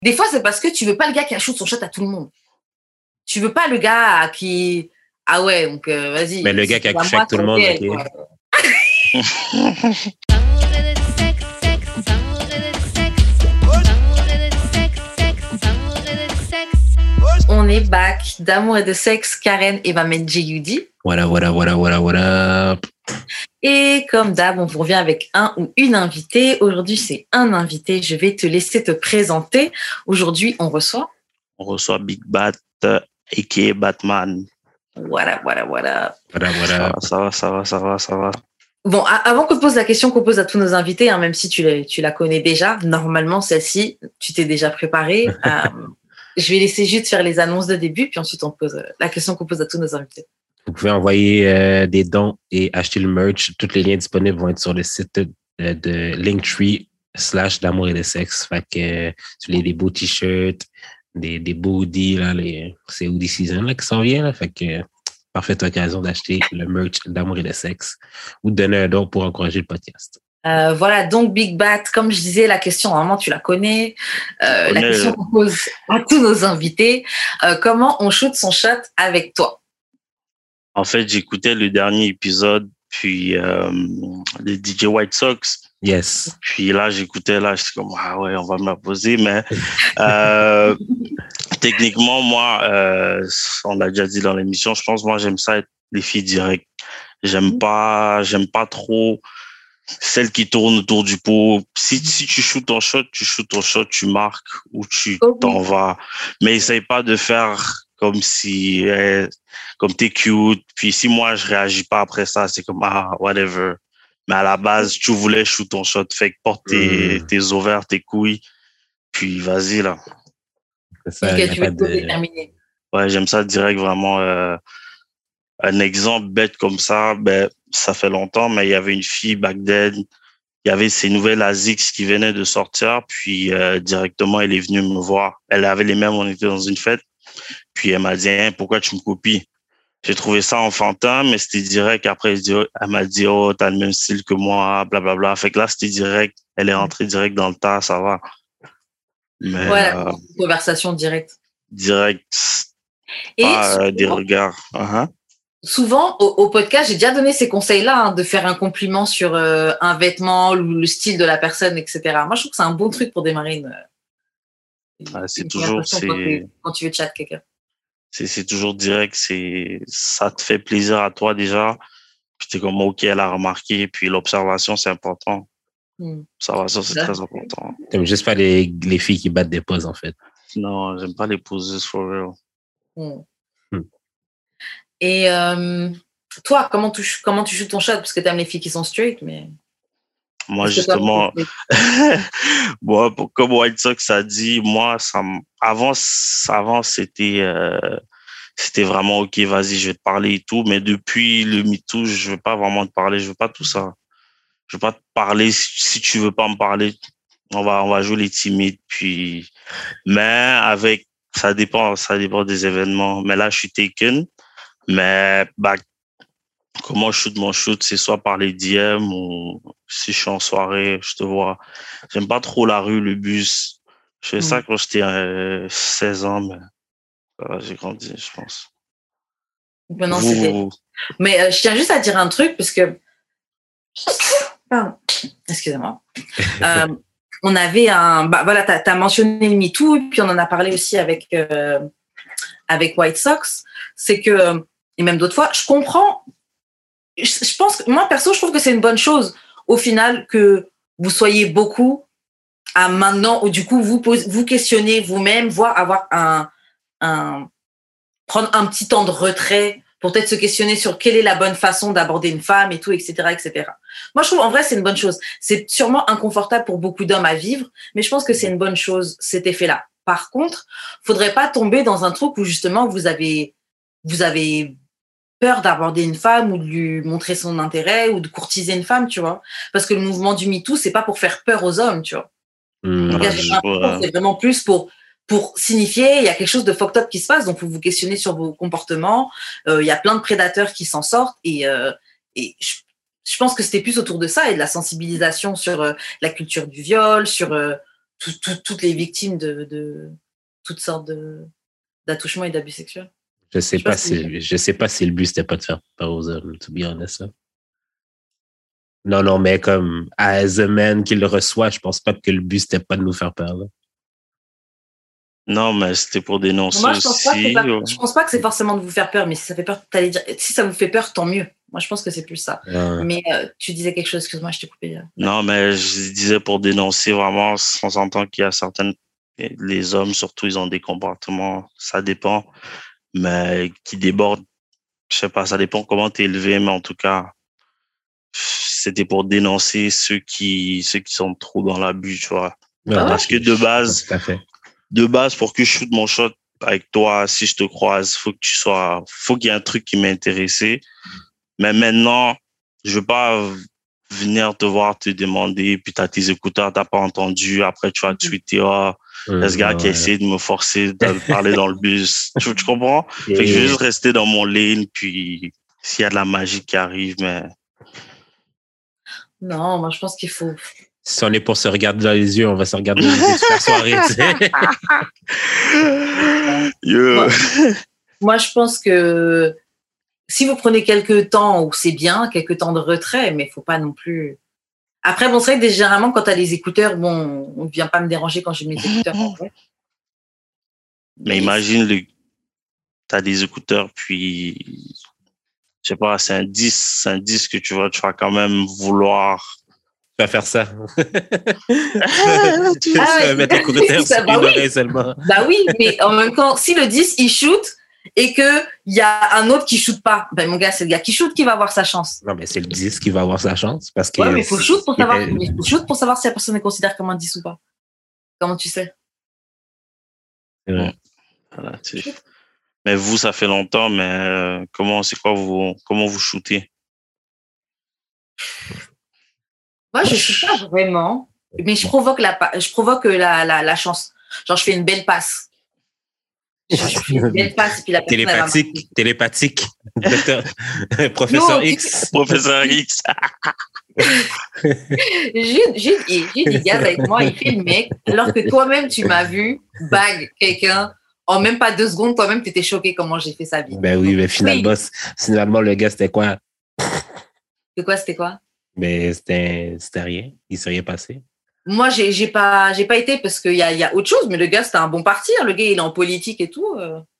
Des fois, c'est parce que tu veux pas le gars qui shoot son shot à tout le monde. Tu veux pas le gars qui... Ah ouais, donc vas-y. Mais le gars qui a couché avec tout le monde, ok. On est back d'amour et de sexe, Karen et Mamed J.U.D. Voilà. Et comme d'hab, on vous revient avec un ou une invitée. Aujourd'hui, c'est un invité. Je vais te laisser te présenter. Aujourd'hui, on reçoit Big Bat, a.k.a. Batman. Voilà. Ça va. Bon, avant qu'on te pose la question qu'on pose à tous nos invités, hein, même si tu la connais déjà, normalement, celle-ci, tu t'es déjà préparée. Je vais laisser juste faire les annonces de début, puis ensuite on pose la question qu'on pose à tous nos invités. Vous pouvez envoyer des dons et acheter le merch. Tous les liens disponibles vont être sur le site de Linktree/d'amour et de sexe. Fait que tu voulez des beaux t-shirts, des beaux hoodies, là, c'est hoodie season là, qui s'en vient. Là, fait que parfaite occasion d'acheter le merch d'amour et de sexe ou de donner un don pour encourager le podcast. Voilà, donc Big Bat, comme je disais, la question, normalement, tu la connais. La question qu'on pose à tous nos invités, comment on shoot son shot avec toi? En fait, j'écoutais le dernier épisode, puis de DJ White Sox. Yes. Puis là, j'étais comme, ah ouais, on va me la poser, mais techniquement, moi, on l'a déjà dit dans l'émission, je pense, moi, j'aime ça être les filles directes. J'aime pas trop celle qui tourne autour du pot. Si tu shoots ton shot, tu marques ou tu t'en vas. Mais essaye pas de faire comme si, comme t'es cute. Puis si moi, je réagis pas après ça, c'est comme, whatever. Mais à la base, tu voulais shoot ton shot. Fait que porte tes ovaires, tes couilles. Puis vas-y, là. C'est ça, tu veux tout déterminer. Ouais, j'aime ça direct, vraiment. Un exemple bête comme ça, ça fait longtemps, mais il y avait une fille back then, il y avait ses nouvelles ASICS qui venaient de sortir, puis directement, elle est venue me voir. Elle avait les mêmes, on était dans une fête, puis elle m'a dit, pourquoi tu me copies? J'ai trouvé ça enfantin, mais c'était direct. Après, elle m'a dit, oh, t'as le même style que moi, blablabla. Fait que là, c'était direct. Elle est rentrée direct dans le tas, ça va. Mais, voilà, conversation directe. Direct. Et des regards. Souvent, au podcast, j'ai déjà donné ces conseils-là, hein, de faire un compliment sur un vêtement ou le style de la personne, etc. Moi, je trouve que c'est un bon truc pour démarrer c'est toujours... quand tu veux chat quelqu'un. C'est toujours direct, ça te fait plaisir à toi déjà. Puis t'es comme, OK, elle a remarqué. Puis l'observation, c'est important. Observation, c'est très important. T'aimes juste pas les filles qui battent des poses, en fait. Non, j'aime pas les poses, for real. Et toi, comment tu joues ton shot? Parce que t'aimes les filles qui sont straight, mais... Moi, justement, bon, comme White Sox a dit, moi, avant, c'était vraiment OK, vas-y, je vais te parler et tout. Mais depuis le MeToo, je veux pas vraiment te parler, je veux pas tout ça. Je veux pas te parler si tu veux pas me parler. On va jouer les timides, puis, mais ça dépend des événements. Mais là, je suis taken. Mais, comment je shoot mon shoot, c'est soit par les DM ou si je suis en soirée, je te vois. J'aime pas trop la rue, le bus. Je fais ça quand j'étais 16 ans, mais j'ai grandi, je pense. Maintenant, mais je tiens juste à dire un truc, parce que... Pardon. Excusez-moi. On avait voilà, t'as mentionné le MeToo, et puis on en a parlé aussi avec White Sox. C'est que, et même d'autres fois, je comprends. Je pense que moi, perso, je trouve que c'est une bonne chose, au final, que vous soyez beaucoup à maintenant, ou du coup, vous questionnez vous-même, voire avoir prendre un petit temps de retrait pour peut-être se questionner sur quelle est la bonne façon d'aborder une femme et tout, etc., etc. Moi, je trouve, en vrai, c'est une bonne chose. C'est sûrement inconfortable pour beaucoup d'hommes à vivre, mais je pense que c'est une bonne chose, cet effet-là. Par contre, faudrait pas tomber dans un truc où, justement, vous avez peur d'aborder une femme ou de lui montrer son intérêt ou de courtiser une femme, tu vois. Parce que le mouvement du MeToo, c'est pas pour faire peur aux hommes, tu vois. C'est vraiment plus pour signifier, il y a quelque chose de fucked up qui se passe, donc vous vous questionnez sur vos comportements. Il y a plein de prédateurs qui s'en sortent et je pense que c'était plus autour de ça et de la sensibilisation sur la culture du viol, sur toutes les victimes de toutes sortes d'attouchements et d'abus sexuels. Je sais pas si le but c'était pas de faire peur aux hommes, to be honest. Là. Non, mais comme as a man qui le reçoit, je pense pas que le but c'était pas de nous faire peur. Là. Non, mais c'était pour dénoncer moi, aussi. Je pense pas que c'est forcément de vous faire peur, mais si ça fait peur, t'allais dire, si ça vous fait peur, tant mieux. Moi, je pense que c'est plus ça. Mais tu disais quelque chose, excuse-moi, je t'ai coupé. Non, mais je disais pour dénoncer vraiment, on s'entend qu'il y a les hommes surtout, ils ont des comportements, ça dépend, mais qui débordent. Je sais pas, ça dépend comment t'es élevé, mais en tout cas, c'était pour dénoncer ceux qui sont trop dans l'abus, tu vois. Parce que de base, pour que je shoot mon shot avec toi, si je te croise, faut qu'il y ait un truc qui m'intéressait. Mais maintenant, je veux pas venir te voir, te demander, puis t'as tes écouteurs, t'as pas entendu, après tu vas tweeter, ce gars qui a essayé de me forcer de parler dans le bus. Tu comprends? Fait que je vais juste rester dans mon lane, puis s'il y a de la magie qui arrive, mais... Non, moi je pense qu'il faut... Si on est pour se regarder dans les yeux, on va se regarder dans les yeux toute la soirée, tu sais. Moi, je pense que si vous prenez quelques temps, ou c'est bien, quelques temps de retrait, mais il ne faut pas non plus... Après, bon, c'est vrai que généralement, quand tu as les écouteurs, bon, on ne vient pas me déranger quand j'ai mes écouteurs. Mais imagine, tu as des écouteurs, puis, je sais pas, c'est un disque que tu vas quand même vouloir... Tu vas faire ça. Tu vas mettre l'écouteur sur une oreille seulement. Bah oui, mais en même temps, si le disque, il shoot, et qu'il y a un autre qui shoot pas, ben mon gars, c'est le gars qui shoot qui va avoir sa chance. Non, mais c'est le disque qui va avoir sa chance. Parce que mais il faut shoot pour savoir si la personne est considérée comme un disque ou pas. Comment tu sais? Voilà, mais vous, ça fait longtemps, mais comment vous shootez? Moi, je shoot pas vraiment, mais je provoque la chance. Genre, je fais une belle passe. Je fais une belle passe et puis la personne télépathique. Professeur X. Professeur X. J'ai des gars avec moi, il fait le mec, alors que toi-même, tu m'as vu bag quelqu'un. En même pas 2 secondes, toi-même, tu étais choqué comment j'ai fait sa vie. Ben oui, mais finalement, le gars, c'était quoi? C'était quoi? Mais c'était rien. Il s'est rien passé. Moi, j'ai pas été parce qu'il y a autre chose, mais le gars, c'était un bon parti. Le gars, il est en politique et tout.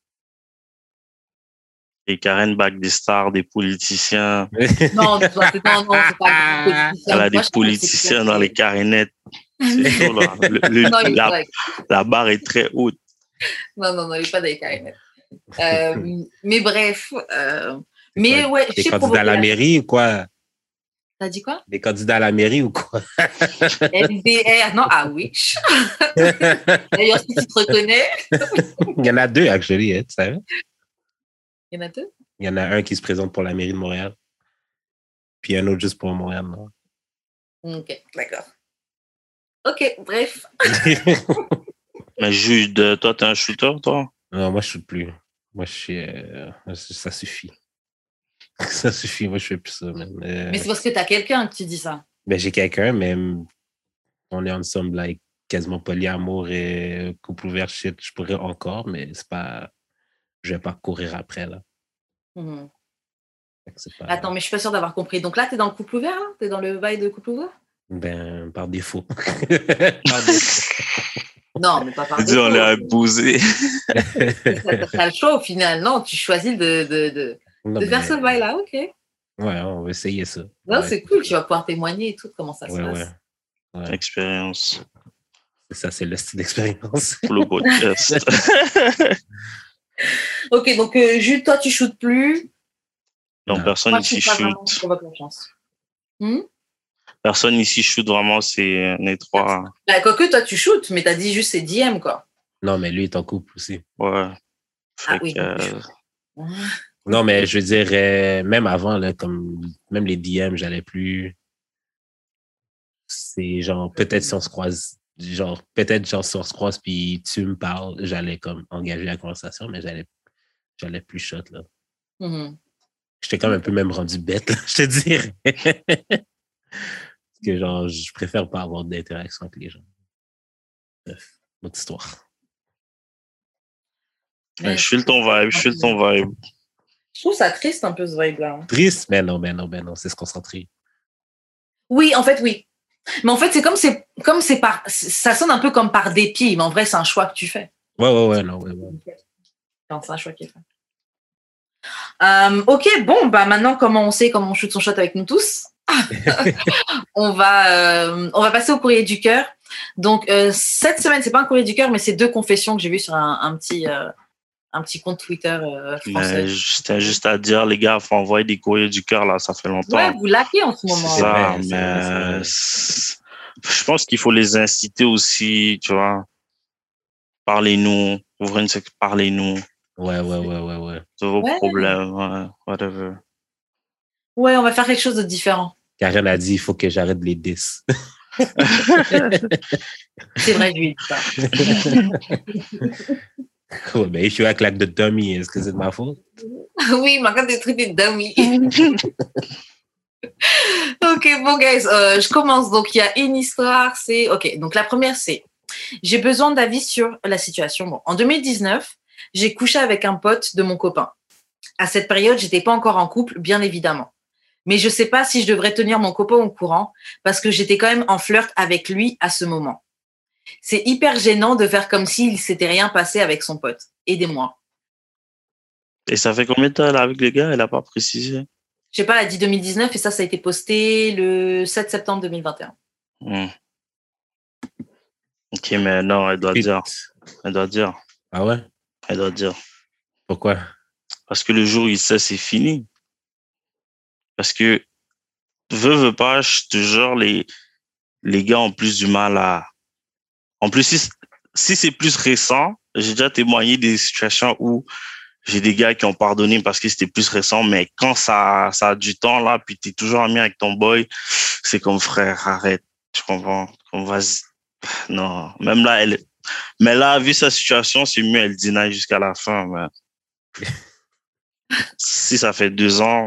Et Karen bague des stars, des politiciens. Non, c'est pas des politiciens. Elle a des politiciens dans les carénettes. La barre est très haute. Non, il n'est pas dans les carénettes. Mais bref. Mais ouais, des candidats à la mairie ou quoi? T'as dit quoi? Des candidats à la mairie ou quoi? MDR, non, oui. D'ailleurs, si tu te reconnais. Il y en a 2, actually, tu savais? Il y en a 2? Il y en a un qui se présente pour la mairie de Montréal. Puis un autre juste pour Montréal, non? OK, d'accord. OK, bref. Mais Jude, toi, t'es un shooter, toi? Non, moi, je shoot plus. Moi, ça suffit. Ça suffit, moi je fais plus ça. Mais c'est parce que t'as quelqu'un que tu dis ça. Ben j'ai quelqu'un, mais on est ensemble like, quasiment polyamour et couple ouvert shit. Je pourrais encore, mais c'est pas. Je vais pas courir après là. Mm-hmm. Pas... Attends, mais je suis pas sûre d'avoir compris. Donc là, t'es dans le couple ouvert, là? T'es dans le bail de couple ouvert? Ben, par défaut. Non, mais pas par défaut. On l'a abusé. T'as le choix au final. Non, tu choisis de faire ce bail-là, OK. Ouais, on va essayer ça. Non, c'est cool, tu vas pouvoir témoigner et tout, comment ça se passe. Ouais. Expérience. Ça, c'est le style d'expérience. Pour le podcast. OK, donc Jules, toi, tu shootes plus. Non, personne ici shoot. Personne ici shoot vraiment, c'est un étroit. Bah, quoique, toi, tu shootes, mais t'as dit juste c'est DM, quoi. Non, mais lui, il est en couple aussi. Ouais. Oui. Non, mais je veux dire, même avant, là, même les DM, j'allais plus. C'est genre, peut-être si on se croise, si on se croise puis tu me parles, j'allais comme engager la conversation, mais j'allais plus shot, là. Mm-hmm. J'étais quand même un peu même rendu bête, là, je te dirais. Parce que genre, je préfère pas avoir d'interaction avec les gens. Autre histoire. Je file ton vibe. Je trouve ça triste un peu ce vibe-là. Triste? Mais non, c'est se concentrer. Oui, en fait, oui. Mais en fait, c'est ça sonne un peu comme par dépit, mais en vrai, c'est un choix que tu fais. Ouais. Non, c'est un choix qui est fait. Ok, bon, bah maintenant, comment on sait comment on shoot son shot avec nous tous? On va passer au courrier du cœur. Donc, cette semaine, c'est pas un courrier du cœur, mais c'est 2 confessions que j'ai vues sur un petit compte Twitter français. Mais c'était juste à dire, les gars, faut envoyer des courriers du cœur, là, ça fait longtemps. Ouais, vous laquez en ce moment. C'est ça, mais je pense qu'il faut les inciter aussi, tu vois. Parlez-nous, ouvrez une section, parlez-nous. Ouais. De vos problèmes, ouais, whatever. Ouais, on va faire quelque chose de différent. Karen a dit, il faut que j'arrête de les diss. C'est vrai, je lui ai dit ça. Cool, mais if you act like the dummy, est-ce que c'est de ma faute? Oui, il m'a quand même traité de dummy. Ok, bon, guys, je commence. Donc, il y a une histoire, c'est... Ok, donc la première, c'est... J'ai besoin d'avis sur la situation. Bon, en 2019, j'ai couché avec un pote de mon copain. À cette période, j'étais pas encore en couple, bien évidemment. Mais je sais pas si je devrais tenir mon copain au courant parce que j'étais quand même en flirt avec lui à ce moment. C'est hyper gênant de faire comme s'il s'était rien passé avec son pote. Aidez-moi. Et ça fait combien de temps elle est avec les gars? Elle n'a pas précisé. Je sais pas, elle a dit 2019 et ça a été posté le 7 septembre 2021. Ok, mais non, elle doit dire. Elle doit dire. Ah ouais? Elle doit dire. Pourquoi? Parce que le jour où il sait, c'est fini. Parce que, veux pas, je te jure, les gars ont plus du mal à... En plus, si c'est plus récent, j'ai déjà témoigné des situations où j'ai des gars qui ont pardonné parce que c'était plus récent, mais quand ça a du temps, là, puis t'es toujours ami avec ton boy, c'est comme frère, arrête, tu comprends? Comme vas-y. Non, même là, mais là, vu sa situation, c'est mieux, elle deny jusqu'à la fin, mais si ça fait 2 ans,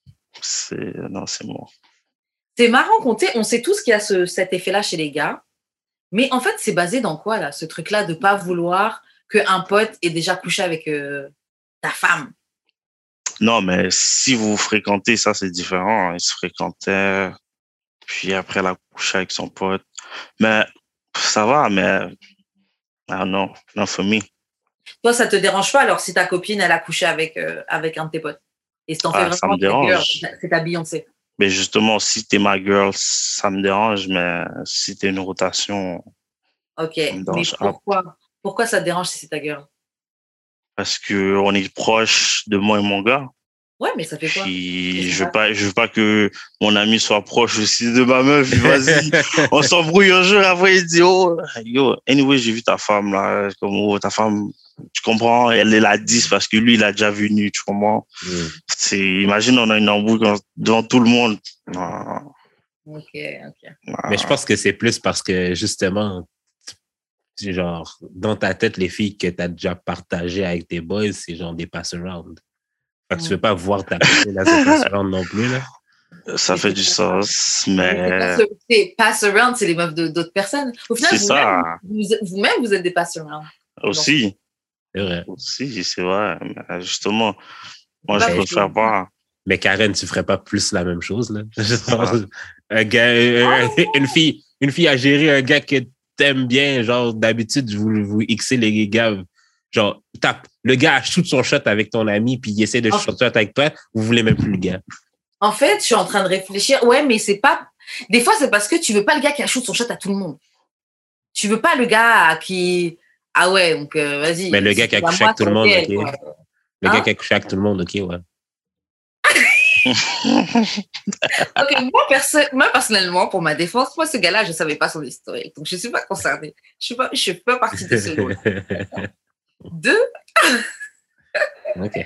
non, c'est bon. C'est marrant on sait tous qu'il y a cet effet-là chez les gars, mais en fait, c'est basé dans quoi, là, ce truc-là de pas vouloir qu'un pote ait déjà couché avec ta femme? Non, mais si vous fréquentez, ça, c'est différent. Il se fréquentait, puis après, elle a couché avec son pote. Mais ça va, mais non, for me. Toi, ça te dérange pas alors si ta copine, elle a couché avec un de tes potes? Et si t'en fais vraiment ça me dérange. C'est ta Beyoncé. Mais justement, si t'es ma girl, ça me dérange, mais si t'es une rotation... Ok, mais pourquoi ça te dérange si c'est ta girl? Parce que on est proche de moi et mon gars. Ouais, mais ça fait quoi? Puis je veux pas que mon ami soit proche aussi de ma meuf. Vas-y, on s'embrouille un jour, après il dit yo, anyway, j'ai vu ta femme là, comme ta femme, tu comprends, elle est la 10 parce que lui il a déjà vu nu, tu comprends. Imagine on a une embrouille devant tout le monde. Non. Ok. Mais je pense que c'est plus parce que justement, genre, dans ta tête, les filles que tu as déjà partagées avec tes boys, c'est genre des pass-around. Fait que tu veux pas voir ta copine à ce pass-around non plus, là. Ça fait du sens, mais... Pass-around, c'est les meufs d'autres personnes. Au final, vous-même, vous êtes des pass-around. Aussi. C'est vrai. Aussi, c'est vrai. Mais justement, moi, je préfère pas. Mais Karen, tu ferais pas plus la même chose, là? Genre, un gars, une fille à gérer un gars que t'aimes bien, genre, d'habitude, vous xez les gars, genre, le gars shoot son shot avec ton ami, puis il essaie de shoot avec toi, vous voulez même plus le gars. En fait, je suis en train de réfléchir. Ouais, mais c'est pas... Des fois, c'est parce que tu veux pas le gars qui shoot son shot à tout le monde. Tu veux pas le gars qui... Ah ouais, donc vas-y. Mais le gars qui a couché avec tout le monde, ok. Le gars qui a couché avec tout le monde, ok, ouais. Ok, moi, personnellement, pour ma défense, moi, ce gars-là, je savais pas son historique. Donc, je suis pas concernée. Je suis pas partie de ce lot. 2. Ok.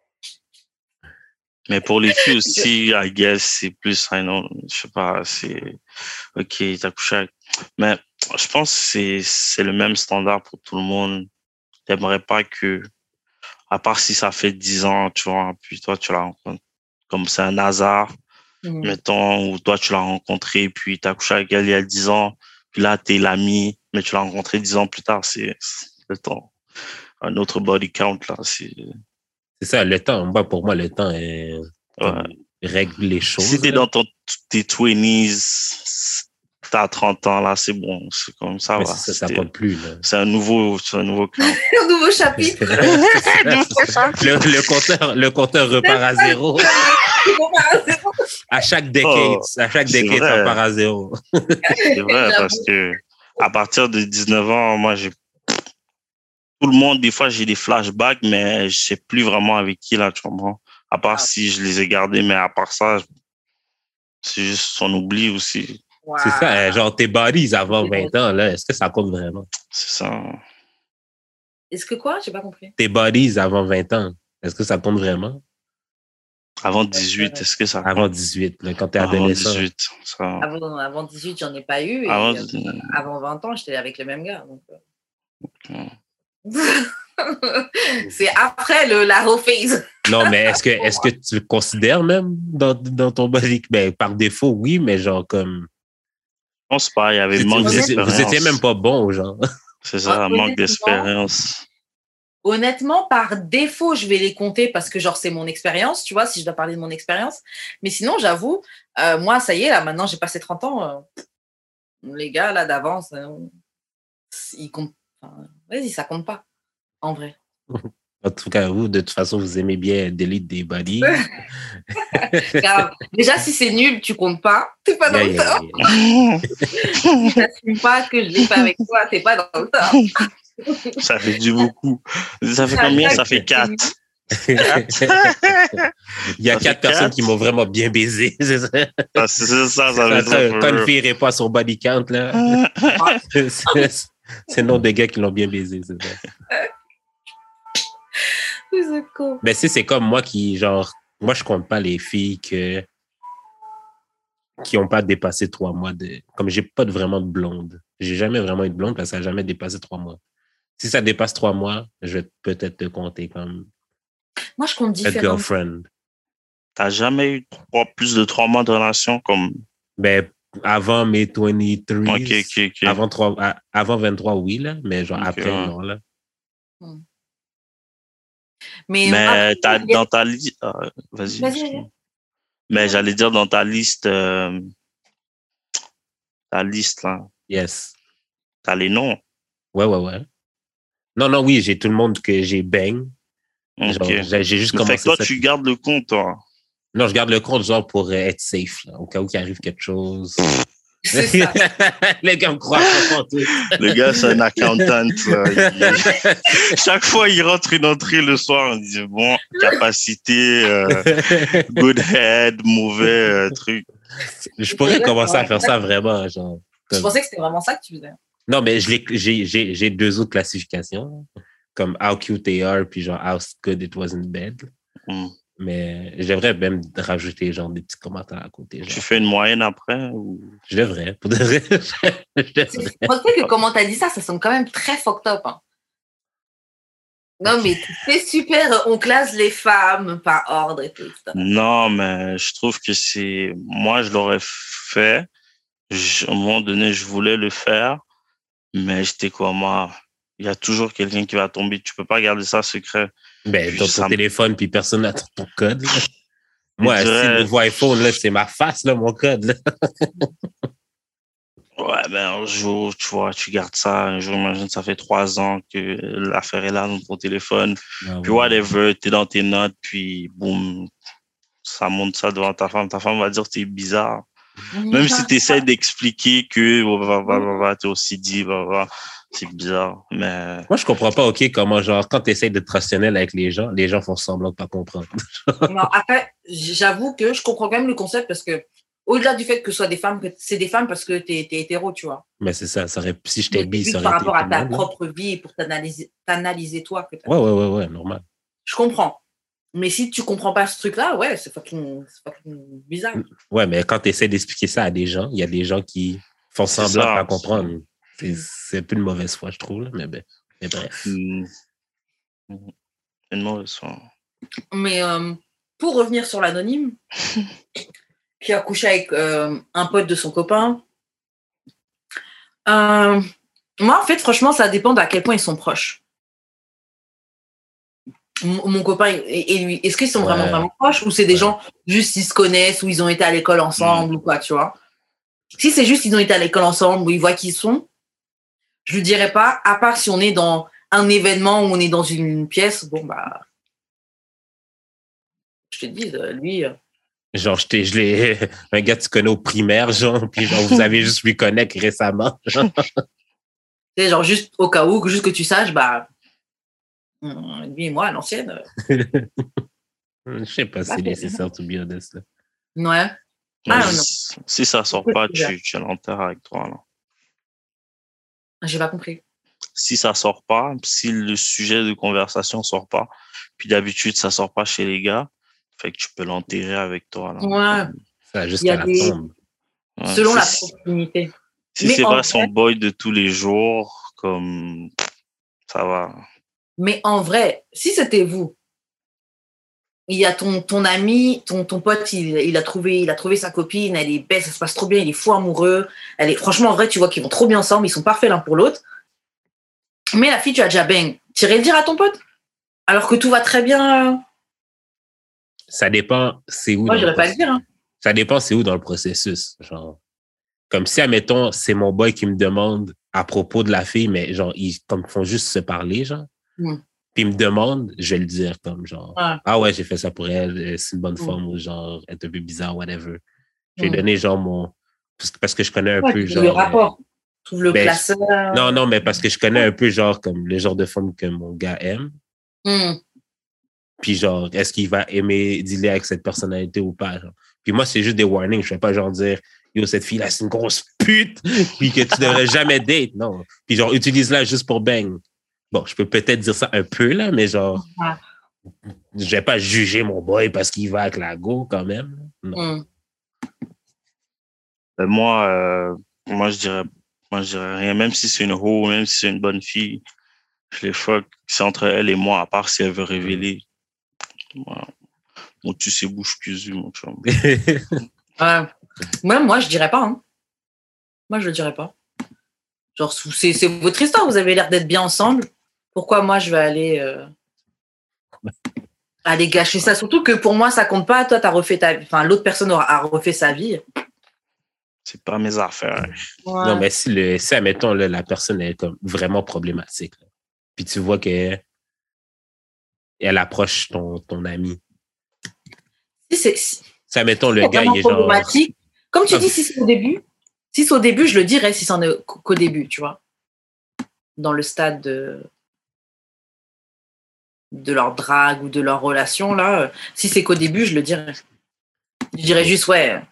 Mais pour les filles aussi, I guess, c'est plus, je sais pas, c'est, ok, t'as couché avec... Mais je pense que c'est le même standard pour tout le monde. T'aimerais pas que, à part si ça fait 10 ans, tu vois, puis toi, tu la rencontres. Comme c'est un hasard, mettons, où toi, tu l'as rencontré, puis t'as couché avec elle il y a 10 ans, puis là, t'es l'ami, mais tu l'as rencontré 10 ans plus tard, c'est le temps. Un autre body count, là, c'est ça, le temps. Moi, pour moi, le temps est règle les choses. Si t'es dans tes 20s, t'as 30 ans, là, c'est bon. C'est comme ça, mais va. Ça compte plus, là. C'est un nouveau count. Un nouveau chapitre. le compteur repart à zéro. À chaque décade, ça part à zéro. C'est vrai, parce que à partir de 19 ans, moi, tout le monde, des fois, j'ai des flashbacks, mais je sais plus vraiment avec qui, là, tu comprends? À part si je les ai gardés, mais à part ça, c'est juste son oubli aussi. Wow. C'est ça, genre tes bodies avant 20 ans, là, est-ce que ça compte vraiment? C'est ça. Est-ce que quoi? J'ai pas compris. Tes bodies avant 20 ans, est-ce que ça compte vraiment? Avant 18, est-ce que ça compte? Avant 18, là, quand t'es adolescent. Avant 18, ça... Avant 18, j'en ai pas eu. Et avant 20 ans, j'étais avec le même gars. Donc... Okay. C'est après la whole phase. Non, mais est-ce que tu le considères même dans ton body? Ben, par défaut, oui, mais genre comme... Je pense pas, il y avait manque d'expérience. Vous étiez même pas bon, genre. C'est ça, manque d'expérience. Honnêtement, par défaut, je vais les compter parce que genre c'est mon expérience, tu vois, si je dois parler de mon expérience. Mais sinon, j'avoue, moi, ça y est, là, maintenant, j'ai passé 30 ans. Les gars, là, d'avance, ils comptent. Vas-y, ça compte pas, en vrai. En tout cas, vous, de toute façon, vous aimez bien delete des bodies. Déjà, si c'est nul, tu comptes pas. T'es pas dans le top. Si t'assumes pas que je l'ai fait avec toi, t'es pas dans le top. Ça fait du beaucoup. Ça fait combien? Ça fait 4. Il y a 4 personnes qui m'ont vraiment bien baisé. C'est ça. Ah, c'est ça veut dire. Quand une fille répond à son body count, là, c'est le nom des gars qui l'ont bien baisé. C'est ça. C'est cool. Mais c'est comme moi qui, genre, moi, je compte pas les filles qui n'ont pas dépassé 3 mois de. Comme j'ai pas vraiment de blonde. J'ai jamais vraiment eu de blonde parce que ça n'a jamais dépassé 3 mois. Si ça dépasse 3 mois, je vais peut-être te compter comme. Moi, je compte différemment. A girlfriend. T'as jamais eu plus de 3 mois de relation comme. Ben, avant mes 23. Ok. Avant 23, oui, là. Mais genre après, non, là. Mais dans ta liste. Vas-y. Mais j'allais dire dans ta liste. Ta liste, là. Yes. T'as les noms. Ouais. Non, oui, j'ai tout le monde que j'ai bang. Okay. J'ai juste commencé. Fait que toi, tu gardes le compte, toi. Non, je garde le compte, genre, pour être safe, là, au cas où il arrive quelque chose. C'est ça. Les gars me croient pas tout. Le gars, c'est un accountant. Chaque fois, il rentre une entrée le soir, on dit, bon, capacité, good head, mauvais truc. Je pourrais commencer à faire ça vraiment, genre. Je pensais que c'était vraiment ça que tu faisais. Non, mais j'ai 2 autres classifications, comme how cute they are, puis genre how good it was in bed. Mais j'aimerais même rajouter genre des petits commentaires à côté. Genre. Tu fais une moyenne après ou... Je devrais. Pour de vrai. Je pense que comment t'as dit ça sonne quand même très fucked up. Hein. Non, mais c'est super, on classe les femmes par ordre et tout. Non, mais je trouve que c'est... Moi, je l'aurais fait. À un moment donné, je voulais le faire. Mais j'étais quoi, moi? Il y a toujours quelqu'un qui va tomber. Tu peux pas garder ça secret. Ben, dans ton téléphone, puis personne n'a ton code. Là. Moi, si le nouveau iPhone, là, c'est ma face, là, mon code. Là. Ouais, ben, un jour, tu vois, tu gardes ça. Un jour, imagine, ça fait 3 ans que l'affaire est là dans ton téléphone. Puis, whatever, t'es dans tes notes, puis, boum, ça monte ça devant ta femme. Ta femme va dire que t'es bizarre. Même si t'essaies d'expliquer que, t'es aussi dit, c'est bizarre, mais... Moi, je comprends pas, OK, comment, genre, quand tu essaies d'être rationnel avec les gens font semblant de pas comprendre. Non, après, j'avoue que je comprends quand même le concept parce que, au-delà du fait que ce soit des femmes, que c'est des femmes parce que t'es hétéro, tu vois. Mais c'est ça aurait, si j'étais bi, ça aurait par rapport à ta propre vie et pour t'analyser toi. Que ouais, normal. Je comprends. Mais si tu comprends pas ce truc-là, ouais, c'est fucking bizarre. Ouais, mais quand tu essaies d'expliquer ça à des gens, il y a des gens qui font semblant de pas comprendre. C'est un peu une mauvaise foi, je trouve. Là. Mais bref. Une mauvaise foi. Mais pour revenir sur l'anonyme, qui a couché avec un pote de son copain, Moi, en fait, franchement, ça dépend d'à quel point ils sont proches. Mon copain et lui, est-ce qu'ils sont vraiment proches ou c'est des gens juste ils se connaissent ou ils ont été à l'école ensemble ou quoi, tu vois? Si c'est juste ils ont été à l'école ensemble ou ils voient qui ils sont, je lui dirais pas, à part si on est dans un événement où on est dans une pièce, bon, bah, je te dis, lui. Genre, je l'ai, un gars que tu connais au primaire, genre, puis genre, vous avez juste vu connaître récemment. Genre. Tu sais, genre, juste au cas où, juste que tu saches, bah, lui et moi, à l'ancienne. Je sais pas si c'est nécessaire, to be honest. Là. Ouais. Si ça sort pas, tu l'enterres avec toi, là. J'ai pas compris. Si ça sort pas, si le sujet de conversation sort pas, puis d'habitude, ça sort pas chez les gars, fait que tu peux l'enterrer avec toi, là. Ouais. Ça, jusqu'à la tombe. Ouais, selon la proximité. Si c'est pas son boy de tous les jours, comme, ça va. Mais en vrai, si c'était vous, il y a ton ami, ton pote, il a trouvé sa copine, elle est belle, ça se passe trop bien, il est fou amoureux. Franchement, en vrai, tu vois qu'ils vont trop bien ensemble, ils sont parfaits l'un pour l'autre. Mais la fille, tu as déjà bang. Tu irais le dire à ton pote alors que tout va très bien. Ça dépend, c'est où. Moi, je n'irais pas le dire. Hein. Ça dépend, c'est où dans le processus. Genre, comme si, admettons, c'est mon boy qui me demande à propos de la fille, mais genre, ils font juste se parler, genre. Puis il me demande, je vais le dire comme genre, ah ouais, j'ai fait ça pour elle, c'est une bonne forme ou genre, elle est un peu bizarre, whatever. J'ai donné genre mon, parce que je connais un peu genre. Le rapport, trouve le classeur. Non, mais parce que je connais un peu genre comme le genre de femme que mon gars aime. Puis genre, est-ce qu'il va aimer dealer avec cette personnalité ou pas? Genre. Puis moi, c'est juste des warnings. Je ne vais pas genre dire, yo, cette fille-là, c'est une grosse pute, puis que tu devrais jamais date. Non. Puis genre, utilise-la juste pour bang. Bon, je peux peut-être dire ça un peu, là, mais genre, je vais pas juger mon boy parce qu'il va avec la go, quand même. Non. Moi, je dirais rien. Même si c'est une ho, même si c'est une bonne fille, je les fuck. C'est entre elle et moi, à part si elle veut révéler. Voilà. Mon tu sais bouche cuisue, mon chum. Moi, je dirais pas. Hein. Moi, je le dirais pas. Genre, c'est votre histoire. Vous avez l'air d'être bien ensemble. Pourquoi moi, je vais aller gâcher ça? Surtout que pour moi, ça compte pas. Toi, t'as refait ta vie. Enfin, l'autre personne a refait sa vie. C'est pas mes affaires. Ouais. Non, mais si admettons, là, la personne est comme vraiment problématique, là, puis tu vois qu'elle approche ton ami. Si admettons, le gars, il est genre... Comme tu dis, si c'est au début, je le dirais si c'en est qu'au début, tu vois. Dans le stade de leur drague ou de leur relation, là, si c'est qu'au début, je le dirais. Je dirais juste, ouais.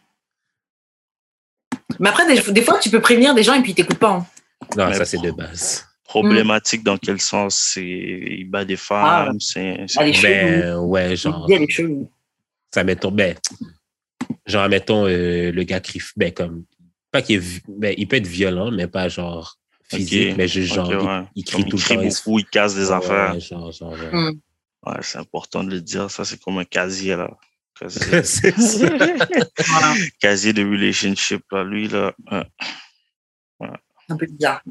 Mais après, des fois, tu peux prévenir des gens et puis ils t'écoutent pas. Hein. Non, mais ça, c'est de base. Problématique dans quel sens? C'est il bat des femmes, ouais, genre... Il y a des choses. Ça, mettons, genre, mettons, le gars crie, comme... Pas qu'il il peut être violent, mais pas genre physique, mais juste genre, il crie tout le temps. Il crie beaucoup, il casse des affaires. Ouais, Ouais, c'est important de le dire. Ça, c'est comme un casier, là. C'est ça. Casier de relationship, là. Lui, là. Ouais. Un peu bizarre.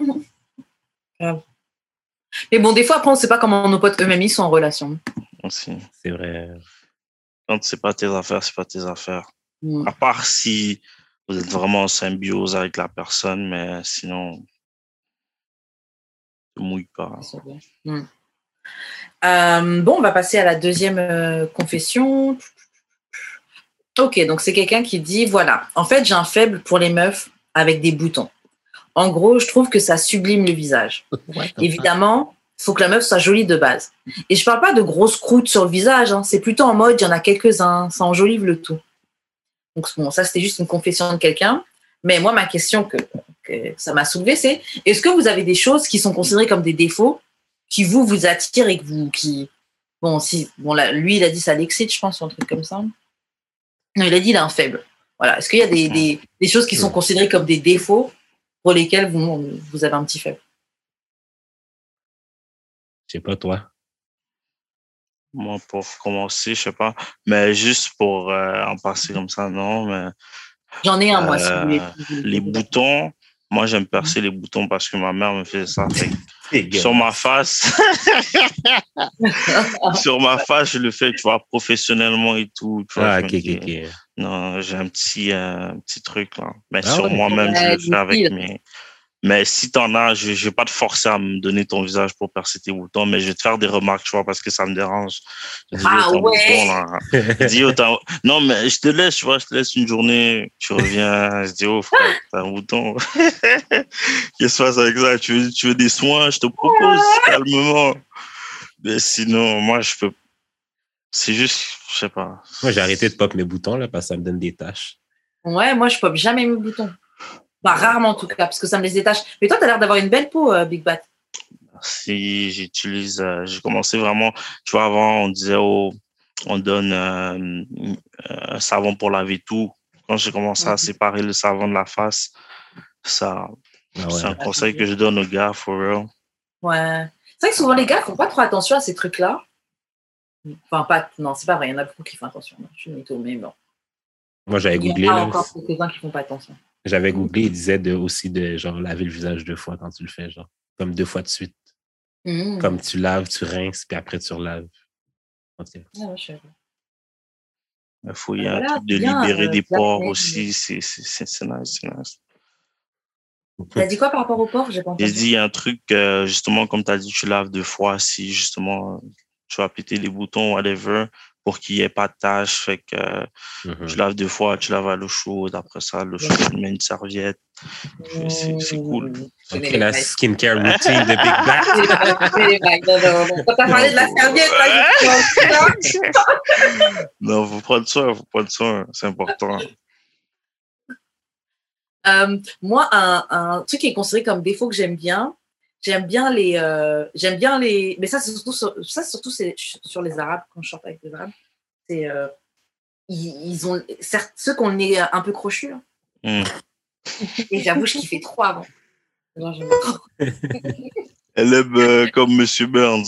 Mais bon, des fois, après, on ne sait pas comment nos potes eux-mêmes ils sont en relation. Aussi. C'est vrai. Quand c'est pas tes affaires, c'est pas tes affaires. À part si vous êtes vraiment en symbiose avec la personne, mais sinon, ne mouille pas. Bon, on va passer à la deuxième confession. Ok, donc c'est quelqu'un qui dit, voilà, en fait, j'ai un faible pour les meufs avec des boutons. En gros, je trouve que ça sublime le visage. Évidemment, il faut que la meuf soit jolie de base. Et je parle pas de grosses croûtes sur le visage, hein. C'est plutôt en mode, il y en a quelques-uns, ça enjolive le tout. Donc bon, ça, c'était juste une confession de quelqu'un. Mais moi, ma question que ça m'a soulevée, c'est, est-ce que vous avez des choses qui sont considérées comme des défauts qui vous attirent et que lui, il a dit ça l'excite, je pense, ou un truc comme ça. Non, il a dit il a un faible. Voilà. Est-ce qu'il y a des choses qui sont considérées comme des défauts pour lesquels vous avez un petit faible? Je sais pas, toi. Moi, pour commencer, je sais pas. Mais juste pour en passer comme ça, non. Mais j'en ai un, moi. Les boutons, Moi, j'aime percer les boutons parce que ma mère me fait ça. Sur ma face, sur ma face, je le fais, tu vois, professionnellement et tout. Tu vois, ok. Non, j'ai un petit truc là. Mais sur moi-même, je le fais avec mes. Mais si t'en as, je vais pas te forcer à me donner ton visage pour percer tes boutons, mais je vais te faire des remarques, tu vois, parce que ça me dérange. Je dis, bouton, là. Je dis, non, mais je te laisse, tu vois, je te laisse une journée, tu reviens, je dis, oh, frère, t'as un bouton. Qu'est-ce qui se passe avec ça? Tu veux des soins? Je te propose calmement. Mais sinon, moi, je peux. C'est juste, je sais pas. Moi, j'ai arrêté de pop mes boutons, là, parce que ça me donne des taches. Ouais, moi, je pop jamais mes boutons. Bah, rarement en tout cas, parce que ça me les détache. Mais toi, tu as l'air d'avoir une belle peau, Big Bat. Si j'utilise, j'ai commencé vraiment, tu vois, avant, on disait, on donne un savon pour laver tout. Quand j'ai commencé à séparer le savon de la face, ça, c'est un conseil que je donne aux gars, for real. Ouais. C'est vrai que souvent, les gars font pas trop attention à ces trucs-là. Enfin, non, c'est pas vrai, il y en a beaucoup qui font attention. Je suis mytho, mais bon. Moi, j'avais googlé. Il y en a encore quelques-uns qui font pas attention. J'avais googlé, il disait aussi de genre laver le visage 2 fois quand tu le fais, genre comme 2 fois de suite. Comme tu laves, tu rinces, puis après tu relaves. Okay. Il faut y avoir un truc de libérer des pores aussi, c'est nice. T'as dit quoi par rapport aux pores? J'ai dit, il y a un truc, justement, comme tu as dit, tu laves 2 fois, si justement tu vas péter les boutons, whatever, pour qu'il n'y ait pas de taches. Fait que tu laves 2 fois, tu laves à l'eau chaude. Après ça, l'eau chaude, tu mets une serviette. C'est cool. Ok, la skincare routine de Big Black. Non. Quand t'as parlé de la serviette, là, non, faut prendre soin, c'est important. Moi, un truc qui est considéré comme défaut que j'aime bien les, mais ça c'est surtout sur les Arabes, quand je chante avec les Arabes, c'est ils ont certes ceux qui ont le nez un peu crochu. Et j'avoue, je kiffais trop avant. Genre, j'aimais trop. Elle aime comme Monsieur Burns.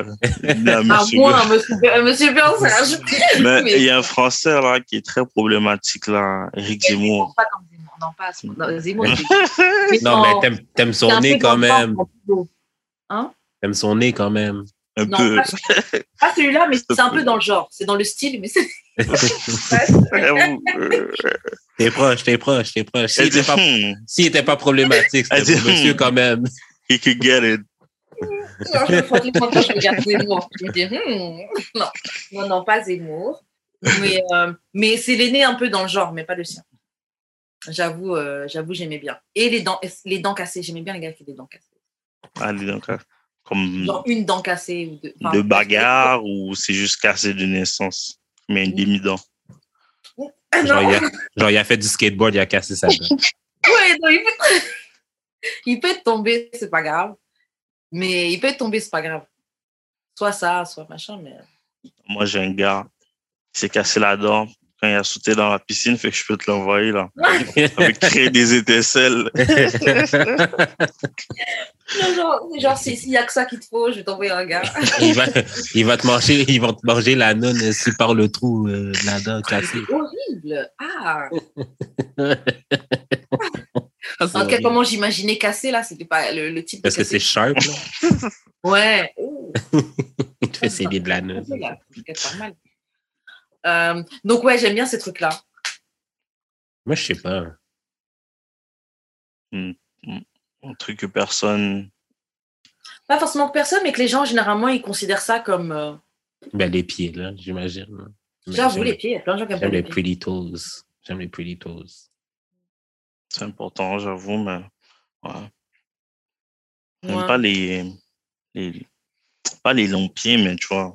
Monsieur Burns, mais il y a un Français là qui est très problématique là, Éric Zemmour. Pas comme Zemmour, non pas Zemmour. Non, mais t'aimes son nez quand même. Hein? T'aimes son nez quand même. Un peu. Pas celui-là, mais c'est un peu dans le genre. C'est dans le style, mais c'est. T'es proche. S'il n'était pas problématique, c'était pour monsieur quand même. He could get it. Genre, je me frotte les points quand je regarde Zemmour. Je me dis, non, pas Zemmour. Mais c'est l'aîné un peu dans le genre, mais pas le sien. J'avoue, j'aimais bien. Et les dents cassées. J'aimais bien les gars qui ont des dents cassées. Ah, les dents cassées. Comme genre une dent cassée ou deux. De bagarre ou c'est juste cassé de naissance, mais une demi-dent. Genre, il a fait du skateboard, il a cassé sa dent. Ouais, non, il peut être tombé, c'est pas grave. Mais il peut être tombé, c'est pas grave. Soit ça, soit machin, mais. Moi, j'ai un gars qui s'est cassé la dent quand il a sauté dans la piscine, fait que je peux te l'envoyer là. Avec créer des étincelles. Genre s'il y a que ça qu'il te faut, je vais t'envoyer un gars. Ils vont te manger la nonne si par le trou de la dent cassée. C'est horrible. En tout cas, comment j'imaginais cassé là, c'était pas le type. Parce que c'est sharp là. Ouais. Il te fait saigner de la nonne. C'est pas mal. Donc ouais, j'aime bien ces trucs là. Moi je sais pas. Un truc que personne. Pas forcément que personne, mais que les gens généralement ils considèrent ça comme. Les pieds là, j'imagine. J'avoue les pieds, il y a plein de gens qui aiment les pretty toes. J'aime les pretty toes. C'est important, j'avoue, mais ouais. J'aime pas les longs pieds, mais tu vois.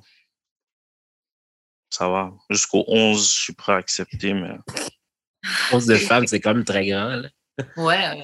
Ça va. Jusqu'au 11, je suis prêt à accepter, mais. 11 de femmes, c'est quand même très grand, là. Ouais.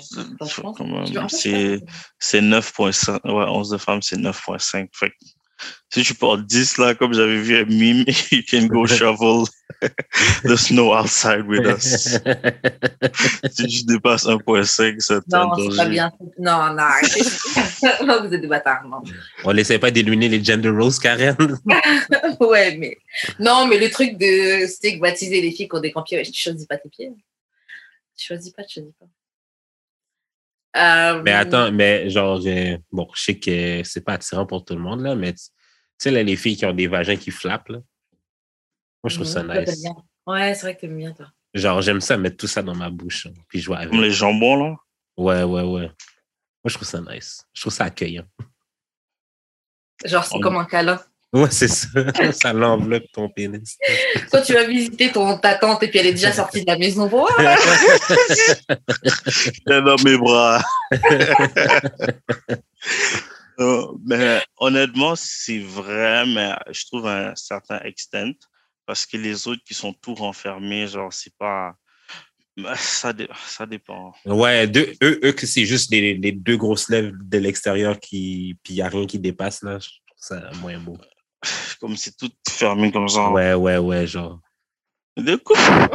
C'est 9.5. Ouais, 11 de femmes, c'est 9.5. Fait que si tu portes 10, là, comme j'avais vu un meme, you can go shovel the snow outside with us. Si tu dépasses 1.5, c'est non, c'est pas bien. Non, arrêtez. Vous êtes des bâtards, non. On n'essaie pas d'éliminer les gender roles, Karen. Ouais, mais. Non, mais le truc de stigmatiser les filles qui ont des grands pieds, tu choisis pas tes pieds. Tu choisis pas. Mais attends, mais genre, bon, je sais que c'est pas attirant pour tout le monde, là, mais tu sais, là, les filles qui ont des vagins qui flappent, là, moi, je trouve ça nice. Ouais, c'est vrai que t'aimes bien, toi. Genre, j'aime ça, mettre tout ça dans ma bouche, hein, puis jouer avec. Comme les jambons, là? Ouais. Moi, je trouve ça nice. Je trouve ça accueillant. Genre, c'est comme un câlin. Ouais, c'est ça. Ça l'enveloppe ton pénis. Quand tu vas visiter ta tante et puis elle est déjà sortie de la maison. Elle est dans mes bras. Mais honnêtement, c'est vrai, mais je trouve un certain extent. Parce que les autres qui sont tout renfermés, genre, c'est pas... Ça dépend. Ouais, eux que c'est juste les deux grosses lèvres de l'extérieur puis il n'y a rien qui dépasse, là. Je trouve ça moins beau. Comme c'est tout fermé comme ça. Ouais, genre. De coucou.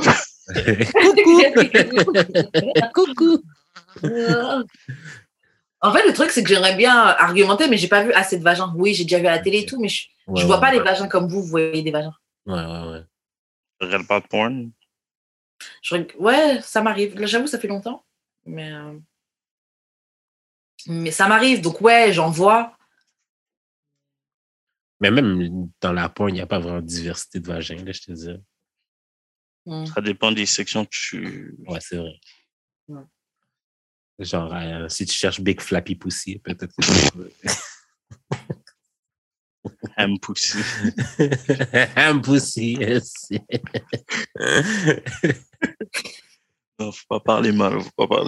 Coucou. En fait, le truc, c'est que j'aimerais bien argumenter, mais j'ai pas vu assez de vagins. Oui, j'ai déjà vu à la télé et tout, mais je vois pas les vagins comme vous voyez des vagins. Ouais. Je regarde pas de porn. Ouais, ça m'arrive. Là, j'avoue, ça fait longtemps. Mais ça m'arrive. Donc, ouais, j'en vois. Mais même dans la porn, il n'y a pas vraiment de diversité de vagins, là, je te dis. Ça dépend des sections que tu... Ouais, c'est vrai. Ouais. Genre, si tu cherches Big Flappy Pussy, peut-être que tu peux... Ham Pussy. Ham Pussy, yes. Non, faut pas parler mal.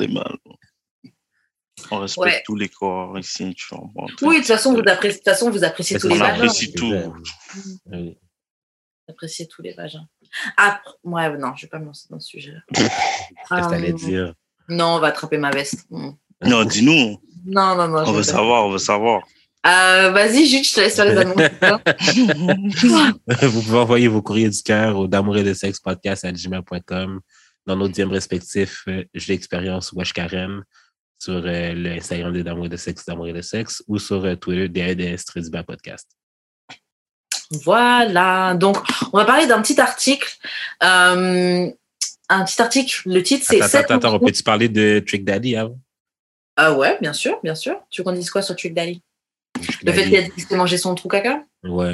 On respecte tous les corps ici. Tu vois. Bon, oui, de toute façon, vous appréciez tous les vagins. On apprécie tout. Oui. Vous appréciez tous les vagins. Ah, ouais, non, je vais pas me lancer dans ce sujet-là. Qu'est-ce que t'allais dire? Non, on va attraper ma veste. Non, dis-nous. Non. On veut savoir. Vas-y, Jude, je te laisse faire les annonces. Vous pouvez envoyer vos courriers du cœur au d'amour-et-de-sexe-podcast@gmail.com dans nos DM respectifs, J'ai l'expérience Wesh Karen sur le Instagram de D'amour et de sexe, D'amour et de sexe, ou sur Twitter, DADS-Bas Podcast. Voilà, donc on va parler d'un petit article. Le titre c'est... Attends, on peut-tu parler de Trick Daddy avant? Ouais, bien sûr. Tu veux qu'on dise quoi sur Trick Daddy? Le fait qu'il a dit qu'il s'est mangé son trou caca? Ouais.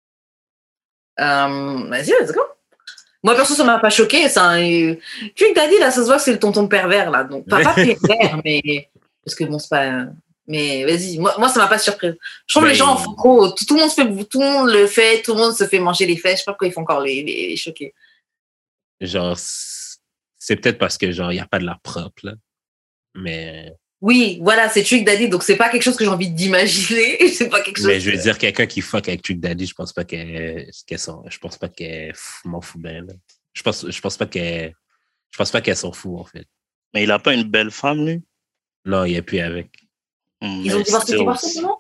Vas-y, let's go. Moi, perso, ça m'a pas choqué. Trick Daddy, là, ça se voit que c'est le tonton pervers, là. Donc, pas pervers, mais... Parce que bon, c'est pas... Mais vas-y, moi, ça m'a pas surpris. Je trouve que les gens en font trop. Tout le monde le fait, tout le monde se fait manger les fesses. Je sais pas pourquoi ils font encore les choquer. Genre, c'est peut-être parce que, genre, il n'y a pas de la propre, là. Mais... Oui, voilà, c'est Trick Daddy, donc c'est pas quelque chose que j'ai envie d'imaginer. C'est pas quelque chose. Mais je veux dire, quelqu'un qui fuck avec Trick Daddy, je pense pas qu'elle m'en fout bien, là. Je pense pas qu'elle s'en fout, en fait. Mais il a pas une belle femme, lui? Non, il n'y a plus avec. Ils ont divorcé non?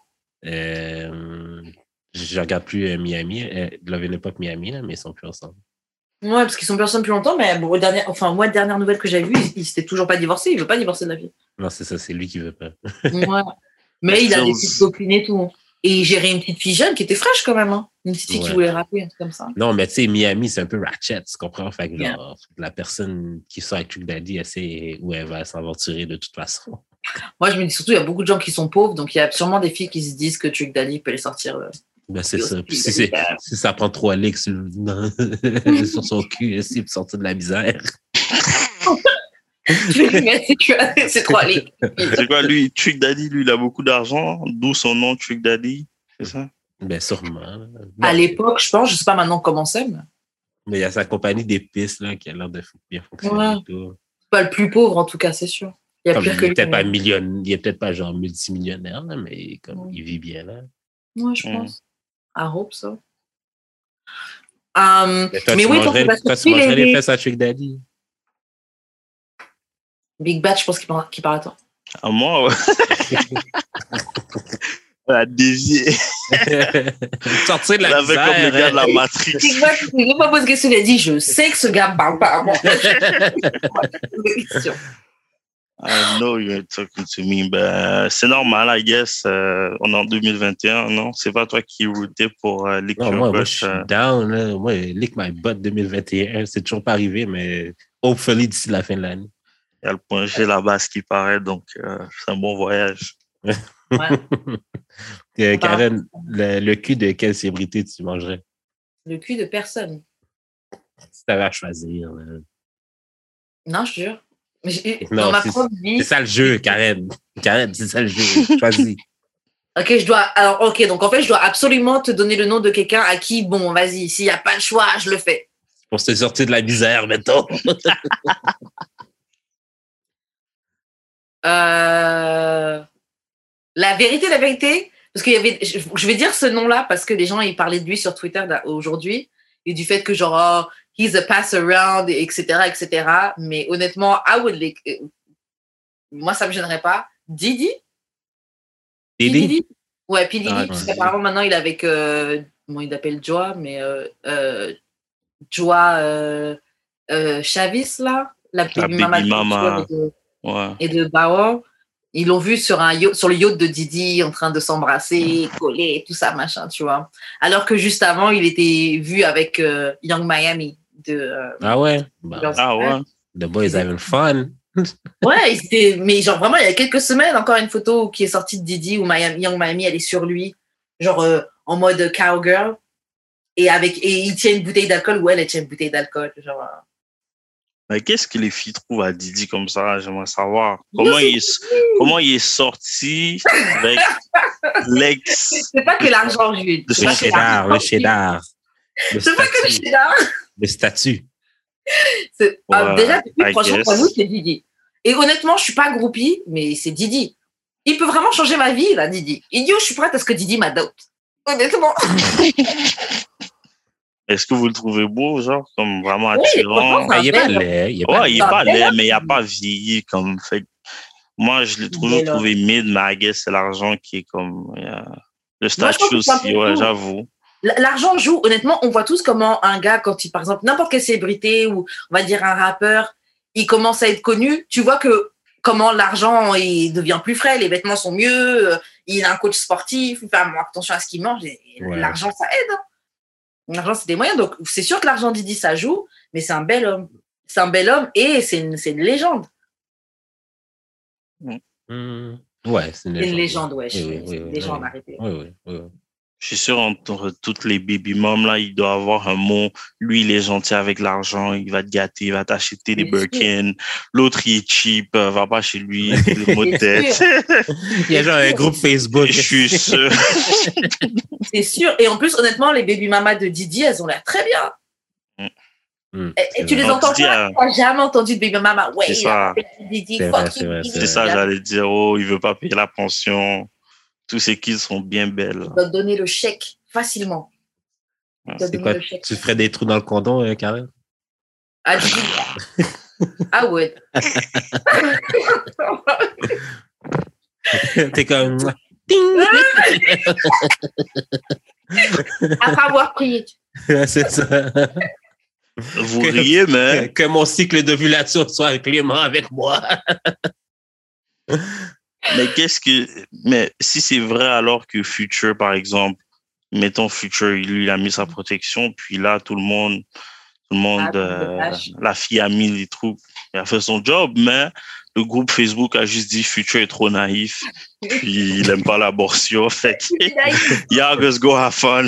Je regarde plus Miami, de la époque Miami, là, mais ils sont plus ensemble. Ouais, parce qu'ils sont plus ensemble depuis longtemps, mais bon, dernière nouvelle que j'avais vue, il s'était toujours pas divorcé, il veut pas divorcer de la vie. Non, c'est ça, c'est lui qui veut pas. Ouais. Mais il a des petites copines et tout. Et il gérait une petite fille jeune qui était fraîche quand même, hein. Une petite fille qui voulait rapper, un truc comme ça. Non, mais tu sais, Miami, c'est un peu ratchet, tu comprends? Fait que genre, la personne qui sort avec Trick Daddy, elle sait où elle va s'aventurer de toute façon. Moi, je me dis surtout, il y a beaucoup de gens qui sont pauvres, donc il y a sûrement des filles qui se disent que Trick Daddy peut les sortir. Ben, c'est ça. Puis si ça prend 3 leaks sur son cul, il peut sortir de la misère. C'est 3 leaks. C'est quoi, lui, Trick Daddy, lui, il a beaucoup d'argent, d'où son nom, Trick Daddy, c'est ça? Ben, sûrement. À l'époque, je pense, je sais pas maintenant comment c'est, mais il y a sa compagnie d'épices, là, qui a l'air de bien fonctionner. Ouais. Pas le plus pauvre, en tout cas, c'est sûr. Il y a pire que lui. Il est peut-être pas genre multimillionnaire, là, mais comme il vit bien, là. Ouais, je pense. I hope so. Mais toi, tu mangerais les fesses à Trick Daddy? Big Bad, je pense qu'il parle à toi. À moi, ouais. La dévié. Sortir de la misère. Avec comme le gars de la Matrix. Big Bad, je ne vais pas poser question. Il a dit, je sais que ce gars parle pas à moi. I know you're talking to me. Ben, c'est normal, I guess. On est en 2021, non? C'est pas toi qui routais pour Lick Your Butt. Moi, je suis down. Là. Moi, Lick My Butt 2021, c'est toujours pas arrivé, mais hopefully d'ici la fin de l'année. Il y a le point G là-bas, ce qui paraît, donc c'est un bon voyage. Ouais. Karen, le cul de quelle célébrité tu mangerais? Le cul de personne. Si tu avais à choisir. Non, je jure. Non, Dans ma propre vie. C'est ça le jeu, Karen. Karen, c'est ça le jeu. Choisis. Ok, donc en fait, je dois absolument te donner le nom de quelqu'un à qui, bon, vas-y, s'il n'y a pas le choix, je le fais. Pour se sortir de la misère, mettons. La vérité, parce qu'il y avait, je vais dire ce nom-là parce que les gens ils parlaient de lui sur Twitter aujourd'hui et du fait que genre he's a pass around, etc. Mais honnêtement, moi ça me gênerait pas. Didi. Ouais, P. Diddy, parce qu'apparemment maintenant il est avec, il l'appelle Joa, mais Joa Chavis là, la baby mama. Et de Bauer. Ils l'ont vu sur le yacht de Didi en train de s'embrasser, coller, tout ça, machin, tu vois. Alors que juste avant, il était vu avec Young Miami. Ah ouais? The boys having fun. Ouais, mais genre vraiment, il y a quelques semaines, encore une photo qui est sortie de Didi où Young Miami, elle est sur lui, genre en mode cowgirl. Et il tient une bouteille d'alcool ou elle tient une bouteille d'alcool. Genre. Mais qu'est-ce que les filles trouvent à Didi comme ça? J'aimerais savoir. Comment il est sorti avec l'ex? C'est pas que l'argent, Jules. Le cheddar. C'est pas que le cheddar. Le statut. Déjà, franchement, pour vous, c'est Didi. Et honnêtement, je suis pas groupie, mais c'est Didi. Il peut vraiment changer ma vie, là, Didi. Il dit, je suis prête à ce que Didi m'adopte. Honnêtement. Est-ce que vous le trouvez beau, genre, comme vraiment attirant? Il est pas laid. Il est pas laid, mais il n'a pas vieilli comme fait. Moi, je l'ai toujours trouvé mid, mais I guess c'est l'argent qui est comme le statut aussi, ouais, j'avoue. L'argent joue, honnêtement, on voit tous comment un gars, quand par exemple, n'importe quelle célébrité ou on va dire un rappeur, il commence à être connu, tu vois que comment l'argent il devient plus frais, les vêtements sont mieux, il a un coach sportif, il fait attention à ce qu'il mange, l'argent ça aide. Hein. L'argent, c'est des moyens. Donc, c'est sûr que l'argent Didi, ça joue, mais c'est un bel homme. C'est un bel homme et c'est une légende. Ouais, c'est une légende. Ouais. C'est une légende, arrêtez. Oui. Je suis sûr, entre toutes les baby moms, là, il doit avoir un mot. Lui, il est gentil avec l'argent, il va te gâter, il va t'acheter des Birkin. L'autre, il est cheap, va pas chez lui, le mot de tête. Il y a genre un groupe Facebook. Je suis sûr. C'est sûr. Et en plus, honnêtement, les baby mamas de Didi, elles ont l'air très bien. Et tu les entends pas, tu n'as jamais entendu de baby mama. Ouais, c'est ça. Didi, c'est ça, j'allais dire, il veut pas payer la pension. Tous ces kids sont bien belles. Tu dois te donner le chèque facilement. C'est quoi? Tu ferais des trous dans le condom, Karen? Ah, I would. T'es comme... Après avoir prié. C'est ça. Vous riez, mais... Que mon cycle d'ovulation soit clément avec moi. Mais si c'est vrai alors que Future, par exemple, mettons Future, lui, il a mis sa protection, puis là, tout le monde, la fille a mis les trucs, il a fait son job, mais le groupe Facebook a juste dit Future est trop naïf, puis il aime pas l'abortion, fait que, y'all just go have fun.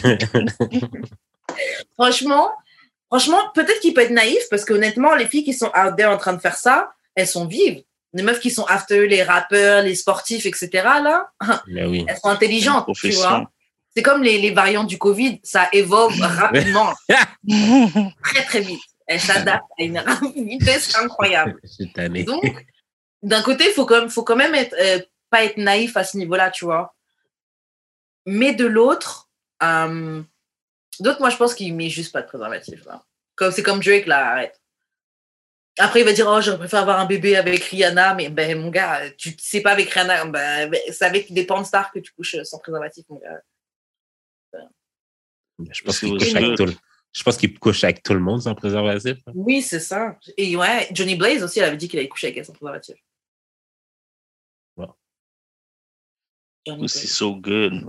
Franchement, peut-être qu'il peut être naïf, parce qu'honnêtement, les filles qui sont out there en train de faire ça, elles sont vives. Les meufs qui sont after les rappeurs, les sportifs, etc., là, oui. Elles sont intelligentes, tu vois. C'est comme les variantes du Covid, ça évolue rapidement. Très, très vite. Elles s'adaptent à une vitesse incroyable. Donc, d'un côté, il faut quand même pas être naïf à ce niveau-là, tu vois. Mais de l'autre, moi, je pense qu'il met juste pas de préservatif. Là. C'est comme Drake, là, arrête. Après, il va dire, je préfère avoir un bébé avec Rihanna, mais mon gars, tu sais pas avec Rihanna, c'est avec des porn stars que tu couches sans préservatif, mon gars. Je pense qu'il couche avec tout le monde sans préservatif. Hein. Oui, c'est ça. Et ouais, Johnny Blaze aussi, elle avait dit qu'il allait coucher avec elle sans préservatif. Wow. C'est so good.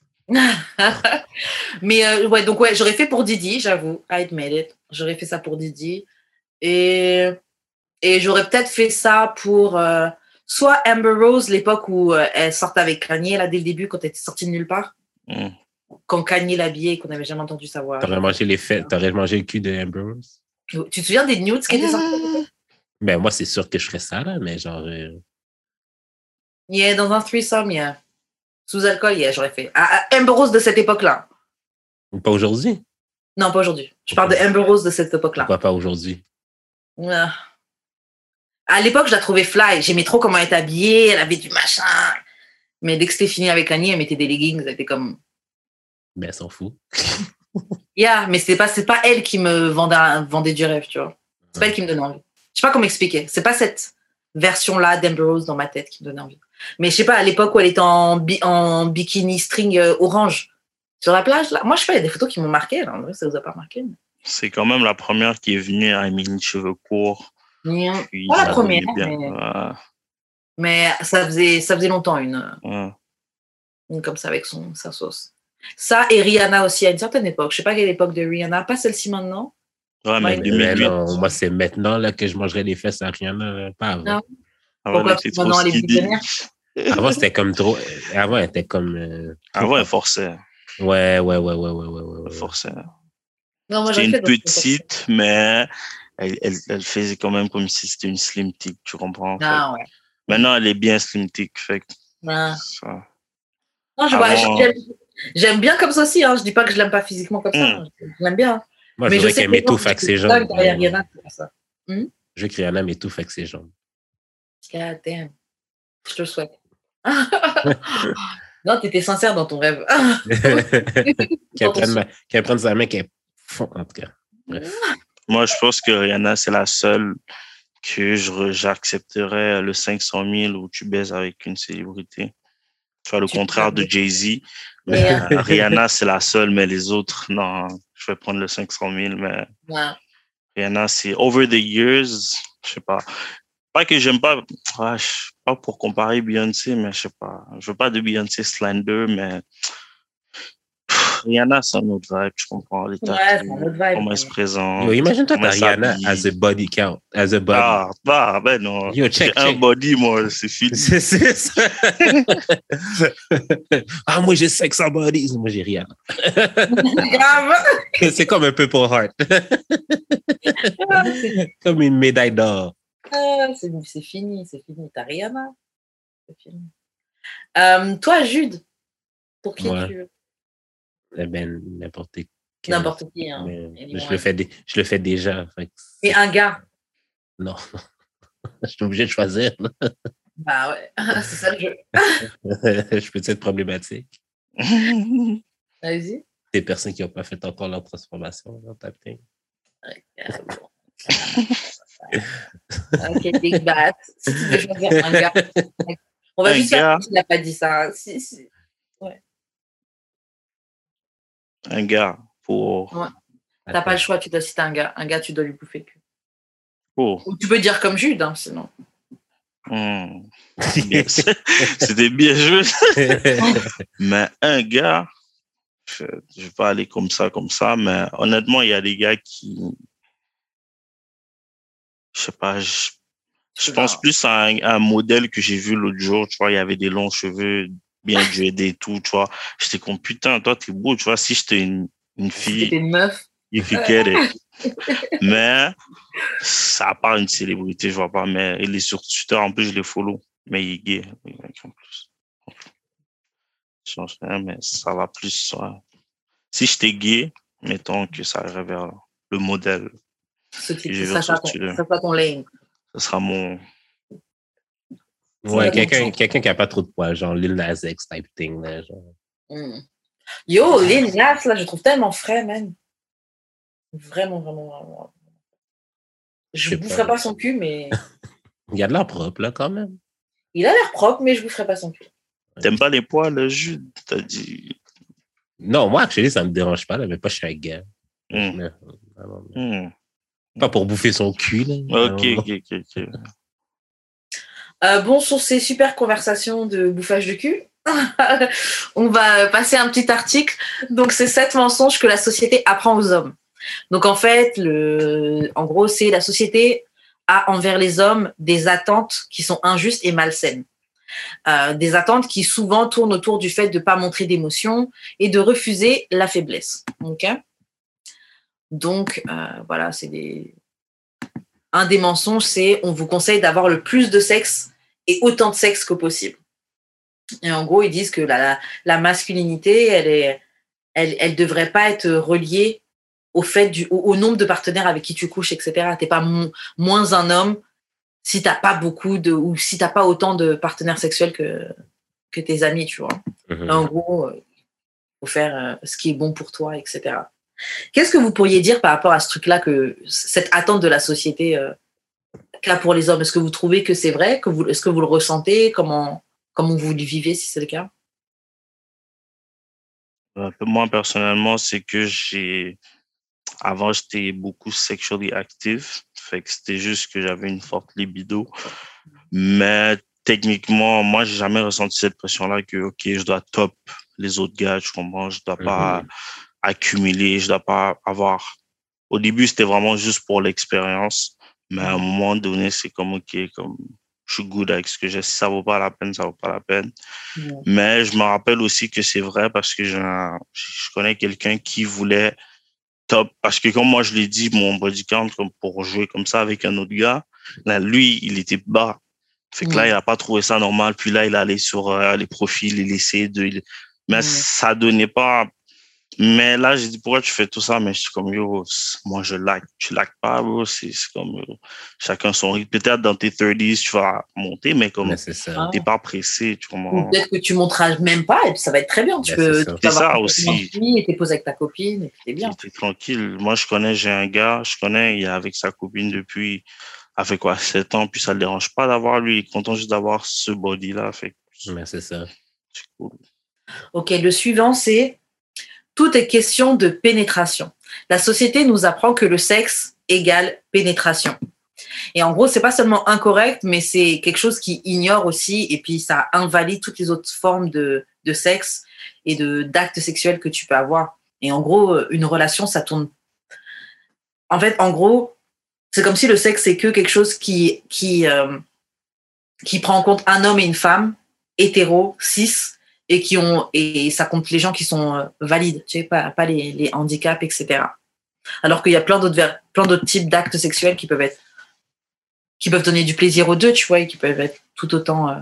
Mais donc j'aurais fait pour Didi, j'avoue. I admit it. J'aurais fait ça pour Didi. Et Et j'aurais peut-être fait ça pour soit Amber Rose, l'époque où elle sortait avec Kanye, là, dès le début, quand elle était sortie de nulle part. Quand Kanye l'habillait et qu'on n'avait jamais entendu sa voix. T'aurais mangé le cul de Amber Rose? Tu te souviens des nudes qui étaient sortis? Ben, moi, c'est sûr que je ferais ça, là, mais genre... Yeah, dans un threesome, yeah. Sous alcool, yeah, j'aurais fait. Amber Rose de cette époque-là. Pas aujourd'hui? Non, pas aujourd'hui. Je parle de Amber Rose de cette époque-là. Pourquoi pas aujourd'hui? À l'époque, je la trouvais fly. J'aimais trop comment elle était habillée, elle avait du machin. Mais dès que c'était fini avec Kanye, elle mettait des leggings, elle était comme... Ben, elle s'en fout. Yeah, mais c'est pas elle qui me vendait du rêve, tu vois. C'est pas elle qui me donnait envie. Je sais pas comment expliquer. C'est pas cette version-là d'Amber Rose dans ma tête qui me donnait envie. Mais je sais pas, à l'époque où elle était en bikini string orange sur la plage, là. Moi, je sais pas, il y a des photos qui m'ont marqué. Là. En vrai, ça vous a pas marqué. Mais... C'est quand même la première qui est venue à mini cheveux courts. Pas la première, mais ça faisait longtemps une comme ça avec sa sauce. Ça et Rihanna aussi à une certaine époque. Je sais pas quelle époque de Rihanna, pas celle-ci maintenant. Ouais, mais 2008. Non, moi, c'est maintenant là, que je mangerais les fesses à Rihanna, pas avant. Non. Pourquoi maintenant les billionnaires? Avant, c'était comme trop... Avant, elle était comme... Avant, elle forçait. Ouais. Elle forçait. C'était une petite, mais elle faisait quand même comme si c'était une slim thick, tu comprends? Ah ouais. Maintenant, elle est bien slim thick. Fait ça. Non, j'aime bien comme ça aussi. Hein. Je dis pas que je l'aime pas physiquement comme ça. Je l'aime bien. Moi, je voudrais qu'elle m'étouffe avec ses jambes. Je veux que Rihanna m'étouffe avec ses jambes. God damn. Je te le souhaite. Non, t'étais sincère dans ton rêve. Qu'elle prenne sa main, qu'elle fond, en tout cas. Bref. Moi, je pense que Rihanna, c'est la seule que j'accepterais le 500 000 où tu baises avec une célébrité. Tu vois, le contraire de Jay-Z. Rihanna, c'est la seule, mais les autres, non, je vais prendre le 500 000, mais Rihanna, c'est over the years, je sais pas. Pas que j'aime pas, pas pour comparer Beyoncé, mais je sais pas. Je veux pas de Beyoncé slander, mais Rihanna, c'est un autre vibe, je comprends. Les comment elle se présente. Yo, imagine-toi, t'as Rihanna as a body count, as a body. Ben non. Yo, check. Un body, moi, c'est fini. C'est ça. Moi, j'ai 500 bodies. Moi, j'ai Rihanna. C'est comme un peu pour Heart. Comme une médaille d'or. C'est fini. T'as Rihanna. C'est fini. Toi, Jude, pour qui tu veux? Ben, n'importe qui. N'importe qui. Hein. Je le fais déjà. Et un gars? Non. Je suis obligé de choisir. Bah ouais, c'est ça le jeu. Je peux être problématique. Vas-y. Des personnes qui n'ont pas fait encore leur transformation dans ta thing. Ok, big bat. Si tu veux choisir un gars. On va juste faire comme s'il n'a pas dit ça. Ouais. Un gars pour... Ouais. T'as pas le choix, tu dois citer un gars. Un gars, tu dois lui bouffer le cul. Oh. Ou tu peux dire comme Jude, hein, sinon. C'était bien joué. Mais un gars, je vais pas aller comme ça, mais honnêtement, il y a des gars qui... Je sais pas, je pense plus à un modèle que j'ai vu l'autre jour, tu vois, il y avait des longs cheveux, bien dreadés et tout, tu vois. J'étais comme, putain, toi, t'es beau, tu vois, si j'étais une fille. C'était une meuf. You could get it. Mais, ça à part une célébrité, je vois pas, mais il est sur Twitter, en plus, je les follow. Mais il est gay, en plus. Je change rien, mais ça va plus, ouais. Si j'étais gay, mettons que ça irait vers le modèle. Ça sera ton lane. Ce sera mon... Ouais, quelqu'un qui a pas trop de poids, genre Lil Nas X type thing, là, genre. Yo, Lil Nas, là, je trouve tellement frais, man. Vraiment. Je ne boufferai pas son cul, mais... Il a de l'air propre, là, quand même. Il a l'air propre, mais je ne boufferai pas son cul. T'aimes pas les poils, le jus, t'as dit... Non, moi, actually, ça me dérange pas, là, mais pas je suis un gars. Pas pour bouffer son cul, là. Ok. Bon, sur ces super conversations de bouffage de cul, on va passer à un petit article. Donc, c'est 7 mensonges que la société apprend aux hommes. Donc, en fait, en gros, c'est la société a envers les hommes des attentes qui sont injustes et malsaines. Des attentes qui souvent tournent autour du fait de ne pas montrer d'émotion et de refuser la faiblesse. Okay? Donc, voilà, un des mensonges, c'est on vous conseille d'avoir le plus de sexe et autant de sexe que possible. Et en gros, ils disent que la masculinité, elle devrait pas être reliée au fait au nombre de partenaires avec qui tu couches, etc. T'es pas moins un homme si t'as pas ou si t'as pas autant de partenaires sexuels que tes amis, tu vois. Mm-hmm. En gros, faut faire ce qui est bon pour toi, etc. Qu'est-ce que vous pourriez dire par rapport à ce truc-là, cette attente de la société qu'a pour les hommes? Est-ce que vous trouvez que c'est vrai? Est-ce que vous le ressentez? Comment vous le vivez, si c'est le cas? Moi, personnellement, c'est que avant, j'étais beaucoup sexually active. Fait que c'était juste que j'avais une forte libido. Mais techniquement, moi, j'ai jamais ressenti cette pression-là que, OK, je dois top les autres gars, je comprends, je dois pas accumuler, je dois pas avoir. Au début, c'était vraiment juste pour l'expérience. Mais à un moment donné, c'est comme, OK, comme, je suis good avec ce que j'ai. Si ça vaut pas la peine, ça vaut pas la peine. Mais je me rappelle aussi que c'est vrai parce que je connais quelqu'un qui voulait top. Parce que comme moi, je l'ai dit, mon body count, comme pour jouer comme ça avec un autre gars, là, lui, il était bas. Fait que là, il a pas trouvé ça normal. Puis là, il allait sur les profils, il essayait mais ça donnait pas. Mais là, j'ai dit, pourquoi tu fais tout ça? Mais je suis comme, yo, moi, je like. Tu like pas, bro. C'est comme, chacun son rythme. Peut-être dans tes 30s, tu vas monter, mais comme, t'es pas pressé, tu comprends? Peut-être que tu monteras même pas et puis ça va être très bien. Tu peux c'est ça aussi. Et t'es posé avec ta copine et puis t'es bien. T'es tranquille. Moi, j'ai un gars, il est avec sa copine depuis, fait quoi, 7 ans, puis ça le dérange pas d'avoir lui. Il est content juste d'avoir ce body-là. Mais c'est ça. C'est cool. OK, le suivant, c'est tout est question de pénétration. La société nous apprend que le sexe égale pénétration. Et en gros, c'est pas seulement incorrect, mais c'est quelque chose qui ignore aussi, et puis ça invalide toutes les autres formes de sexe et d'actes sexuels que tu peux avoir. Et en gros, une relation, ça tourne. En fait, en gros, c'est comme si le sexe, c'est que quelque chose qui prend en compte un homme et une femme, hétéro, cis, et ça compte les gens qui sont valides, tu sais, pas les handicaps, etc. Alors qu'il y a plein d'autres types d'actes sexuels qui peuvent donner du plaisir aux deux, tu vois, et qui peuvent être tout autant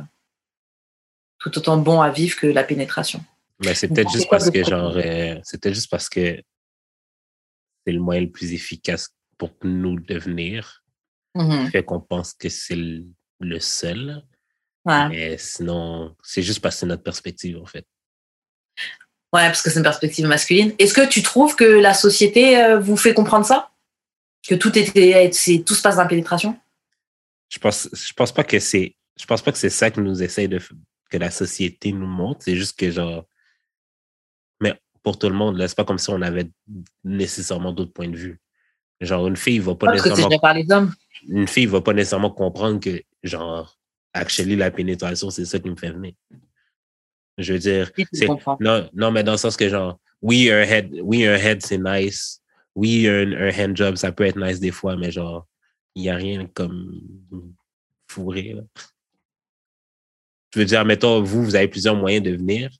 bons à vivre que la pénétration. Mais c'est peut-être juste parce que c'est le moyen le plus efficace pour nous devenir, fait qu'on pense que c'est le seul. Ouais. Mais sinon, c'est juste parce que c'est notre perspective, en fait. Ouais, parce que c'est une perspective masculine. Est-ce que tu trouves que la société vous fait comprendre ça? Que tout se passe dans la pénétration? Je pense pas que c'est ça que nous essaye que la société nous montre. C'est juste que genre, mais pour tout le monde, là, c'est pas comme si on avait nécessairement d'autres points de vue. Genre, une fille va pas nécessairement. Par les hommes. Une fille va pas nécessairement comprendre que, genre, actually, la pénétration, c'est ça qui me fait venir. Je veux dire, non, mais dans le sens que, genre, oui, un head, c'est nice. Oui, un handjob, ça peut être nice des fois, mais genre, il n'y a rien comme fourré, là. Je veux dire, mettons, vous avez plusieurs moyens de venir.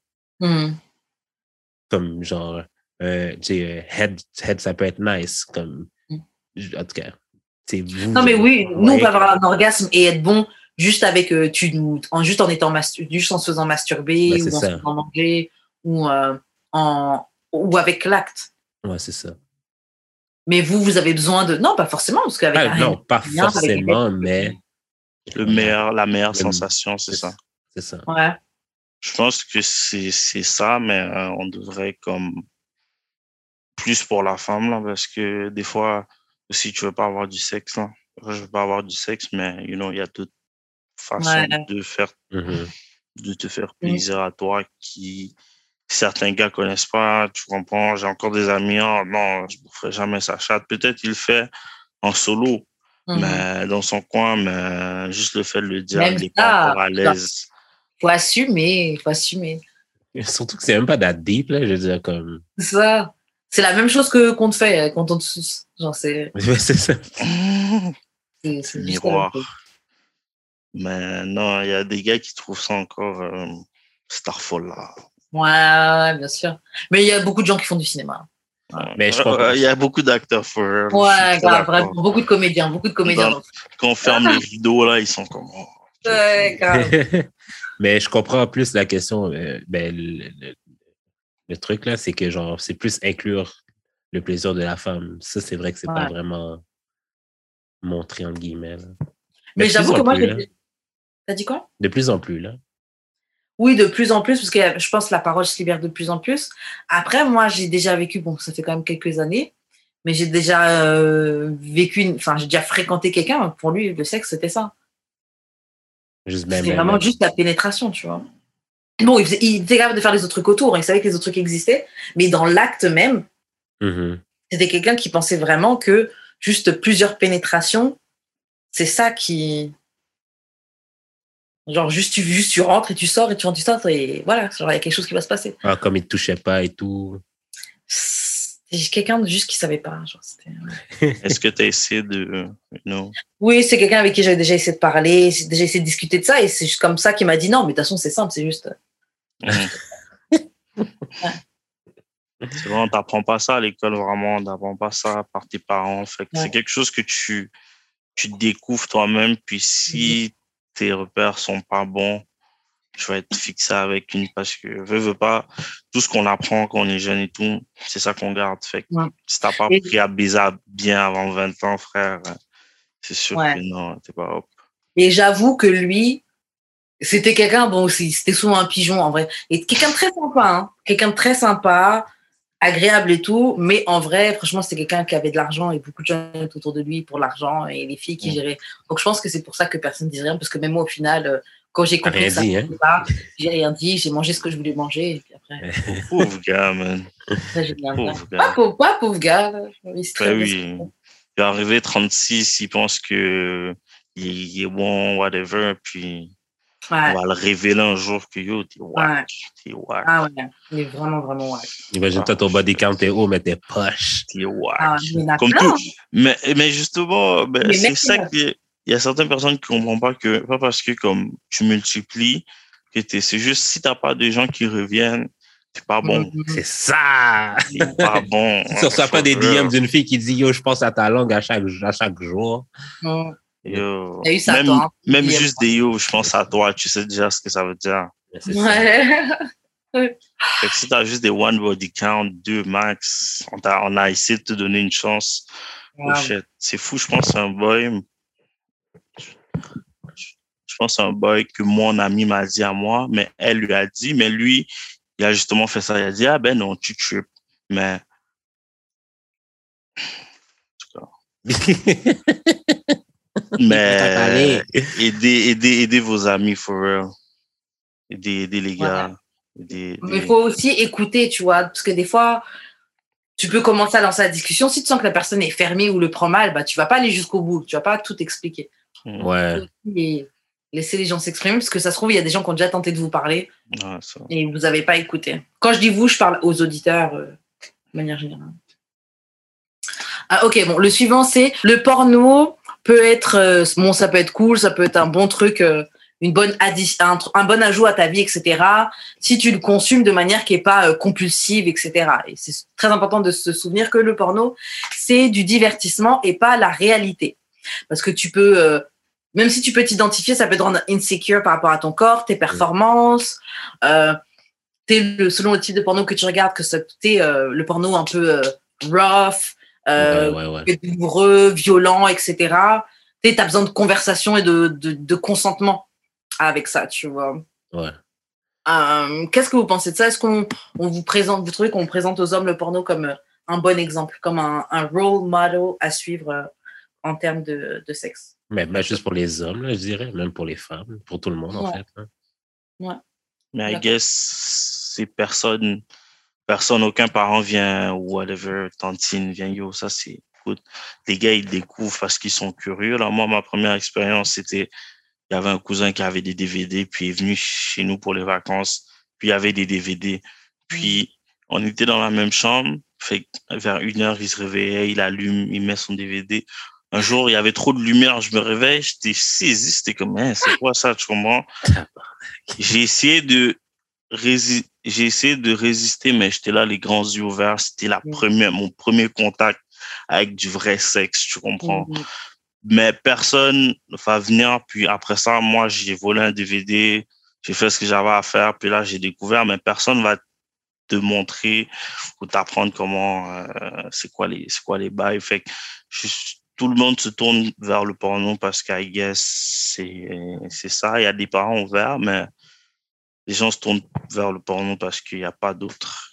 Comme, genre, head, ça peut être nice. Comme, en tout cas, c'est vous. Non, mais oui, nous, on peut avoir un orgasme et être bon juste avec, juste en se faisant masturber, ou en se faisant manger, ou avec l'acte. Ouais, c'est ça. Mais vous avez besoin de... Non, pas forcément, parce qu'avec non, pas forcément, mais... La meilleure sensation, c'est ça. C'est ça. Ouais. Je pense que c'est ça, mais on devrait comme... Plus pour la femme, là, parce que des fois, aussi, tu veux pas avoir du sexe, là. Je veux pas avoir du sexe, mais, il y a d'autres façons de te faire plaisir à toi qui... Certains gars connaissent pas, tu comprends. J'ai encore des amis, non, je ne ferai jamais sa chatte. Peut-être il le fait en solo, mais dans son coin, mais juste le fait de le dire, il n'est pas encore à l'aise. Faut assumer. Surtout que c'est même pas that deep, là, je veux dire, comme... C'est ça. C'est la même chose qu'on te fait quand on te suce. Genre, c'est... c'est ça. C'est juste miroir. Mais non, il y a des gars qui trouvent ça encore Starfall là. Ouais, bien sûr. Mais il y a beaucoup de gens qui font du cinéma. Ouais. Mais je crois il y a beaucoup d'acteurs for real. Ouais, grave, vraiment, beaucoup de comédiens. Quand on ferme les rideaux là, ils sont comme. Ouais, grave. Mais je comprends plus la question. Le truc là, c'est que genre, c'est plus inclure le plaisir de la femme. Ça, c'est vrai que c'est pas vraiment montré entre guillemets. Là. Mais j'avoue que moi, t'as dit quoi? De plus en plus là. Oui, de plus en plus, parce que je pense que la parole se libère de plus en plus. Après, moi, j'ai déjà vécu, bon, ça fait quand même quelques années, mais j'ai déjà j'ai déjà fréquenté quelqu'un. Pour lui, le sexe, c'était ça. C'était vraiment juste la pénétration, tu vois. Bon, il était capable de faire les autres trucs autour, il savait que les autres trucs existaient, mais dans l'acte même, c'était quelqu'un qui pensait vraiment que juste plusieurs pénétrations, c'est ça qui... Genre, juste tu rentres et tu sors et tu rentres, tu sors et voilà, genre, il y a quelque chose qui va se passer. Ah, comme il ne touchait pas et tout. C'est quelqu'un juste qui ne savait pas. Genre, Est-ce que tu as essayé de... Non. Oui, c'est quelqu'un avec qui j'avais déjà essayé de parler, j'ai déjà essayé de discuter de ça et c'est juste comme ça qu'il m'a dit non, mais de toute façon, c'est simple, c'est juste... C'est vrai, on t'apprend pas ça à l'école, vraiment, on t'apprend pas ça par tes parents. Fait que c'est quelque chose que tu découvres toi-même, puis si tes repères sont pas bons, tu vas être fixé avec parce que veux pas, tout ce qu'on apprend quand on est jeune et tout, c'est ça qu'on garde. Fait que si t'as pas appris à baiser bien avant 20 ans, frère, c'est sûr que non, t'es pas hop. Et j'avoue que lui, c'était quelqu'un, bon aussi, c'était souvent un pigeon en vrai, et quelqu'un de très sympa, hein, quelqu'un de très sympa, agréable et tout, mais en vrai, franchement, c'était quelqu'un qui avait de l'argent et beaucoup de gens autour de lui pour l'argent et les filles qui géraient. Donc je pense que c'est pour ça que personne ne disait rien, parce que même moi, au final, quand j'ai compris que ça ne me pas, j'ai rien dit, j'ai mangé ce que je voulais manger, et puis après... Pauvre gars, man. Pauvre gars. Pas pauvre gars. Oui. Il est arrivé 36, il pense que il est bon, whatever, puis on va le révéler un jour que yo, t'es wack. T'es wack. Ah ouais, il est vraiment, vraiment wack. Imagine-toi ton body count est haut, mais t'es poche. T'es wack. Comme tout. Mais justement, c'est ça qu'il y a certaines personnes qui ne comprennent pas que, pas parce que comme tu multiplies, que c'est juste si t'as pas de gens qui reviennent, t'es pas bon. C'est ça! T'es pas bon. Tu ne reçois pas des DM d'une fille qui dit yo, je pense à ta langue à chaque jour. Yo. Ça, même juste des yo, je pense à toi, tu sais déjà ce que ça veut dire. Fait que si t'as juste des one body count, 2 max, on a essayé de te donner une chance. Oh shit. C'est fou, je pense que c'est un boy. Je pense que c'est un boy que mon ami m'a dit à moi, mais elle lui a dit, mais lui, il a justement fait ça. Il a dit, ah ben non, tu tripes. Mais, en tout cas. Mais aidez vos amis for real. Aidez les gars. Mais il faut aussi écouter, tu vois, parce que des fois, tu peux commencer à lancer la discussion. Si tu sens que la personne est fermée ou le prend mal, bah, tu vas pas aller jusqu'au bout. Tu vas pas tout expliquer. Ouais. Laisser les gens s'exprimer, parce que ça se trouve, il y a des gens qui ont déjà tenté de vous parler et vous n'avez pas écouté. Quand je dis vous, je parle aux auditeurs de manière générale. Ah, ok, bon, le suivant, c'est le porno peut être, bon, ça peut être cool, ça peut être un bon truc, une bonne un bon ajout à ta vie, etc. Si tu le consumes de manière qui est pas compulsive, etc. Et c'est très important de se souvenir que le porno, c'est du divertissement et pas la réalité. Parce que tu peux, même si tu peux t'identifier, ça peut te rendre insecure par rapport à ton corps, tes performances, selon le type de porno que tu regardes, que t'es le porno un peu rough, douloureux, violent, etc. Tu as besoin de conversation et de consentement avec ça, tu vois. Ouais. Qu'est-ce que vous pensez de ça? Est-ce qu'on vous présente, vous trouvez qu'on présente aux hommes le porno comme un bon exemple, comme un role model à suivre en termes de sexe? Mais juste pour les hommes, là, je dirais, même pour les femmes, pour tout le monde, en fait. Hein. Ouais. Mais I guess, c'est personne, aucun parent vient, ou whatever, tantine vient, yo, ça c'est good. Les gars, ils découvrent parce qu'ils sont curieux. Là, moi, ma première expérience, c'était, il y avait un cousin qui avait des DVD, puis il est venu chez nous pour les vacances, puis il y avait des DVD. Puis, on était dans la même chambre, fait vers 1h, il se réveillait, il allume, il met son DVD. Un jour, il y avait trop de lumière, je me réveille, j'étais saisi, c'était comme, hein, c'est quoi ça, tu comprends? J'ai essayé de résister, mais j'étais là, les grands yeux ouverts. C'était mon premier contact avec du vrai sexe, tu comprends? Mais personne ne va venir. Puis après ça, moi, j'ai volé un DVD, j'ai fait ce que j'avais à faire. Puis là, j'ai découvert, mais personne va te montrer ou t'apprendre comment, c'est quoi les bails. Fait que tout le monde se tourne vers le porno parce qu'I guess, c'est ça. Il y a des parents ouverts, mais les gens se tournent vers le porno parce qu'il n'y a pas d'autres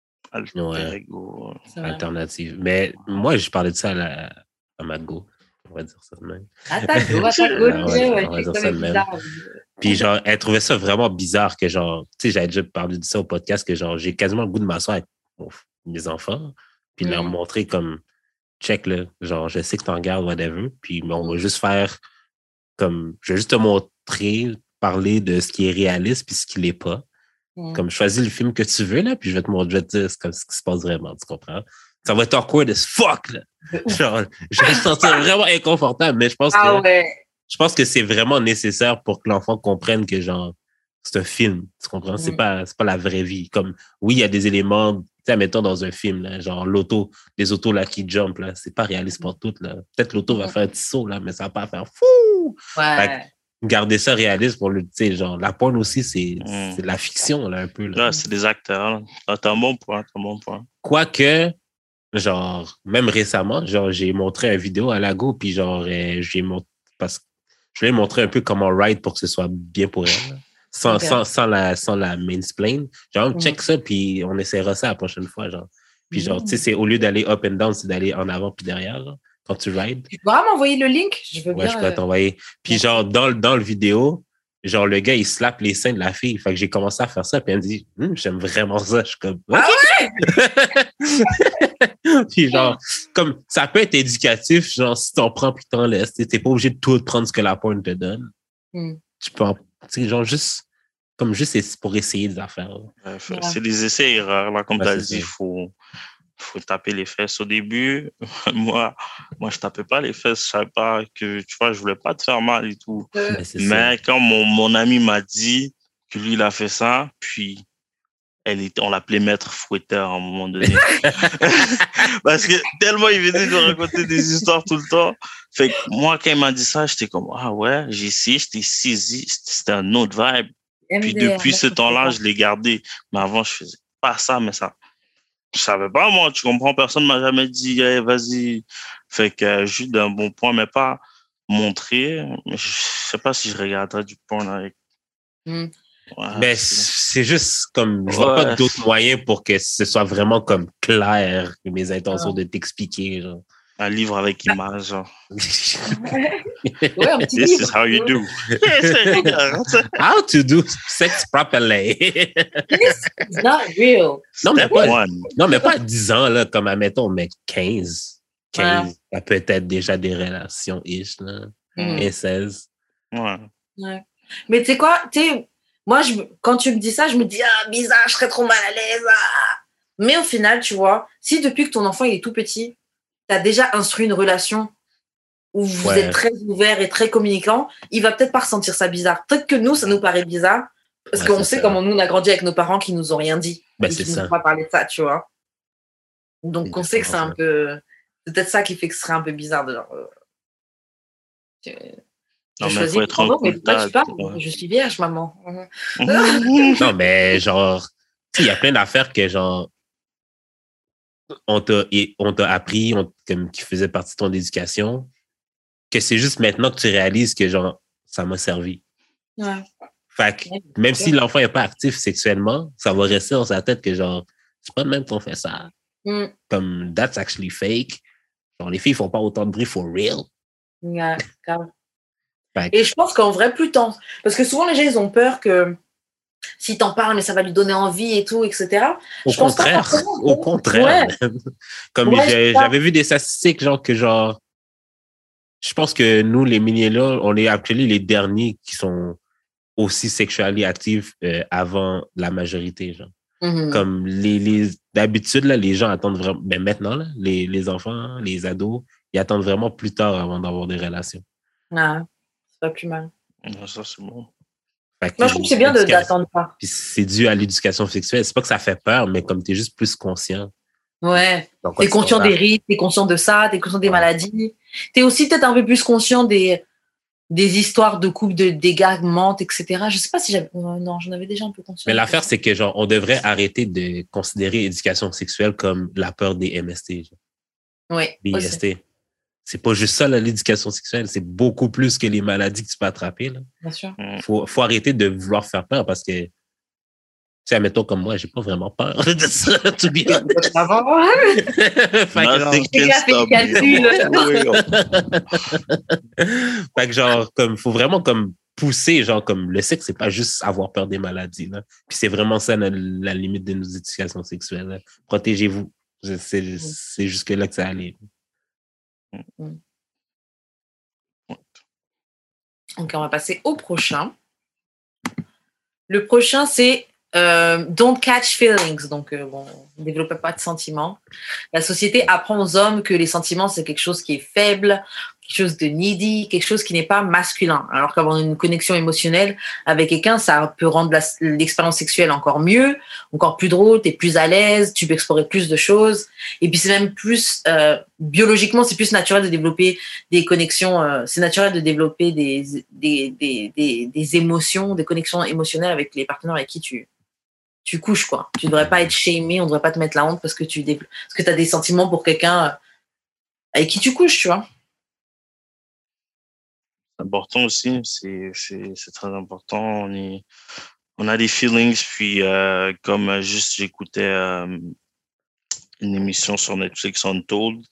alternatives. Mais moi, je parlais de ça à ma go. On va dire ça de même. À ta go, on va dire ça de même. Puis genre, elle trouvait ça vraiment bizarre que genre, tu sais, j'avais déjà parlé de ça au podcast, que genre, j'ai quasiment le goût de m'asseoir avec mes enfants, puis leur montrer comme, check là, genre, je sais que t'en regardes, whatever, puis on va juste faire comme, je vais juste te montrer, parler de ce qui est réaliste puis ce qui l'est pas. Comme, choisis le film que tu veux, là, puis je vais te dire comme ce qui se passe vraiment, tu comprends? Ça va être awkward as fuck, là. Genre, je vais me sentir vraiment inconfortable, mais je pense que c'est vraiment nécessaire pour que l'enfant comprenne que, genre, c'est un film, tu comprends? C'est pas la vraie vie. Comme, oui, il y a des éléments, tu sais, mettons dans un film, là, genre les autos, là, qui jump, là, c'est pas réaliste pour toutes, là. Peut-être l'auto va faire un petit saut, là, mais ça va pas faire fou! Ouais. Garder ça réaliste pour le, tu sais, genre, la porn aussi, c'est de la fiction, là, un peu, là. Là, c'est des acteurs, là. T'as un bon point. Quoique, genre, même récemment, genre, j'ai montré une vidéo à Lago, puis genre, parce que je voulais montrer un peu comment ride pour que ce soit bien pour elle, sans la mansplain. Genre, check ça, puis on essaiera ça la prochaine fois, genre. Puis genre, tu sais, c'est au lieu d'aller up and down, c'est d'aller en avant puis derrière, genre, quand tu rides. Tu pourras m'envoyer le link? Je veux bien. Ouais, je peux t'envoyer. Puis genre, dans le vidéo, genre, le gars, il slappe les seins de la fille. Fait que j'ai commencé à faire ça, puis elle me dit, j'aime vraiment ça. Je suis comme, ah ouais? Puis genre, comme, ça peut être éducatif, genre, si t'en prends puis t'en laisses. T'es pas obligé de tout prendre ce que la porn te donne. Tu peux, tu sais, genre, juste pour essayer des affaires. C'est des essais et erreurs, là, comme t'as dit, il faut taper les fesses au début. moi, je tapais pas les fesses, je savais pas que, tu vois, je voulais pas te faire mal et tout. Mais quand mon ami m'a dit que lui, il a fait ça, puis on l'appelait Maître Fouetteur à un moment donné. Parce que tellement il venait de raconter des histoires tout le temps. Fait que moi, quand il m'a dit ça, j'étais comme, ah ouais, j'ai essayé, j'étais saisi, c'était un autre vibe. Puis depuis ce temps-là, je l'ai gardé. Mais avant, je faisais pas ça, mais ça. Je savais pas, moi, tu comprends, personne m'a jamais dit, hey, vas-y. Fait que juste d'un bon point, mais pas montrer. Je sais pas si je regarderais du porn avec. Mais c'est juste comme, je vois pas d'autres moyens pour que ce soit vraiment comme clair mes intentions de t'expliquer, genre. Un livre avec images, genre. Ouais, un petit This livre. is how you do. How to do sex properly. This is not real. Non, mais pas 10 ans, là, comme, admettons, mais 15. Ça peut être déjà des relations-ish, là. Et 16. Ouais. Mais tu sais quoi, moi, quand tu me dis ça, je me dis, bizarre, je serais trop mal à l'aise. Mais au final, tu vois, si depuis que ton enfant il est tout petit, tu as déjà instruit une relation où vous êtes très ouvert et très communicant, il va peut-être pas ressentir ça bizarre. Peut-être que nous, ça nous paraît bizarre, parce qu'on sait comment nous, on a grandi avec nos parents qui nous ont rien dit. C'est qui ça. nous ont pas parlé de ça, tu vois. Donc, on sait que c'est un peu... C'est peut-être ça qui fait que ce serait un peu bizarre de genre... Non, mais il faut être en mais pourquoi tu parles? contact. Je suis vierge, maman. Non, mais genre, il y a plein d'affaires que genre, on t'a appris, comme qui faisait partie de ton éducation, que c'est juste maintenant que tu réalises que genre, ça m'a servi. Ouais. Fait que même si l'enfant n'est pas actif sexuellement, ça va rester dans sa tête que genre, c'est pas de même qu'on fait ça. Comme, that's actually fake. Genre, les filles font pas autant de bruit for real. Ouais, grave. Et je pense qu'en vrai, plus tant. Parce que souvent, les gens, ils ont peur que si t'en parles, mais ça va lui donner envie et tout, etc. Au contraire. Ouais. Comme j'avais vu des statistiques, genre, que genre, je pense que nous, les millénials, on est actuellement les derniers qui sont aussi sexuellement actifs avant la majorité, genre. Comme d'habitude, là, les gens attendent vraiment, ben maintenant, là, les enfants, les ados, Ils attendent vraiment plus tard avant d'avoir des relations. Ah, c'est pas plus mal. Ça, c'est bon. Moi, je trouve que c'est bien d'attendre pas. Puis c'est dû à l'éducation sexuelle. C'est pas que ça fait peur, mais comme t'es juste plus conscient. Ouais. T'es conscient des risques, t'es conscient de ça, t'es conscient des maladies. T'es aussi peut-être un peu plus conscient des histoires de couple, des gars mentent, etc. Je sais pas si j'avais... Non, j'en avais déjà un peu conscience. Mais l'affaire, c'est que genre on devrait arrêter de considérer l'éducation sexuelle comme la peur des MST. Oui. Des IST. C'est pas juste ça, l'éducation sexuelle. C'est beaucoup plus que les maladies que tu peux attraper. Là. Bien sûr. Faut arrêter de vouloir faire peur parce que, tu sais, admettons comme moi, j'ai pas vraiment peur de ça, tout bien. Fait que genre, comme, faut vraiment comme pousser, genre, comme le sexe, c'est pas juste avoir peur des maladies, là. Puis c'est vraiment ça la limite de nos éducations sexuelles. Là. Protégez-vous. C'est jusque là que ça allait. Ok, on va passer au prochain. Le prochain, c'est Don't catch feelings. Donc, bon, ne développez pas de sentiments. La société apprend aux hommes que les sentiments, c'est quelque chose qui est faible, quelque chose de needy, quelque chose qui n'est pas masculin. Alors qu'avoir une connexion émotionnelle avec quelqu'un, ça peut rendre l'expérience sexuelle encore mieux, encore plus drôle, t'es plus à l'aise, tu peux explorer plus de choses. Et puis, c'est même plus, biologiquement, c'est plus naturel de développer des connexions, c'est naturel de développer des émotions, des connexions émotionnelles avec les partenaires avec qui tu couches, quoi. Tu devrais pas être shamé, on devrait pas te mettre la honte parce que tu as des sentiments pour quelqu'un avec qui tu couches, tu vois. C'est important aussi, c'est très important. On a des feelings, puis comme juste j'écoutais une émission sur Netflix, Untold,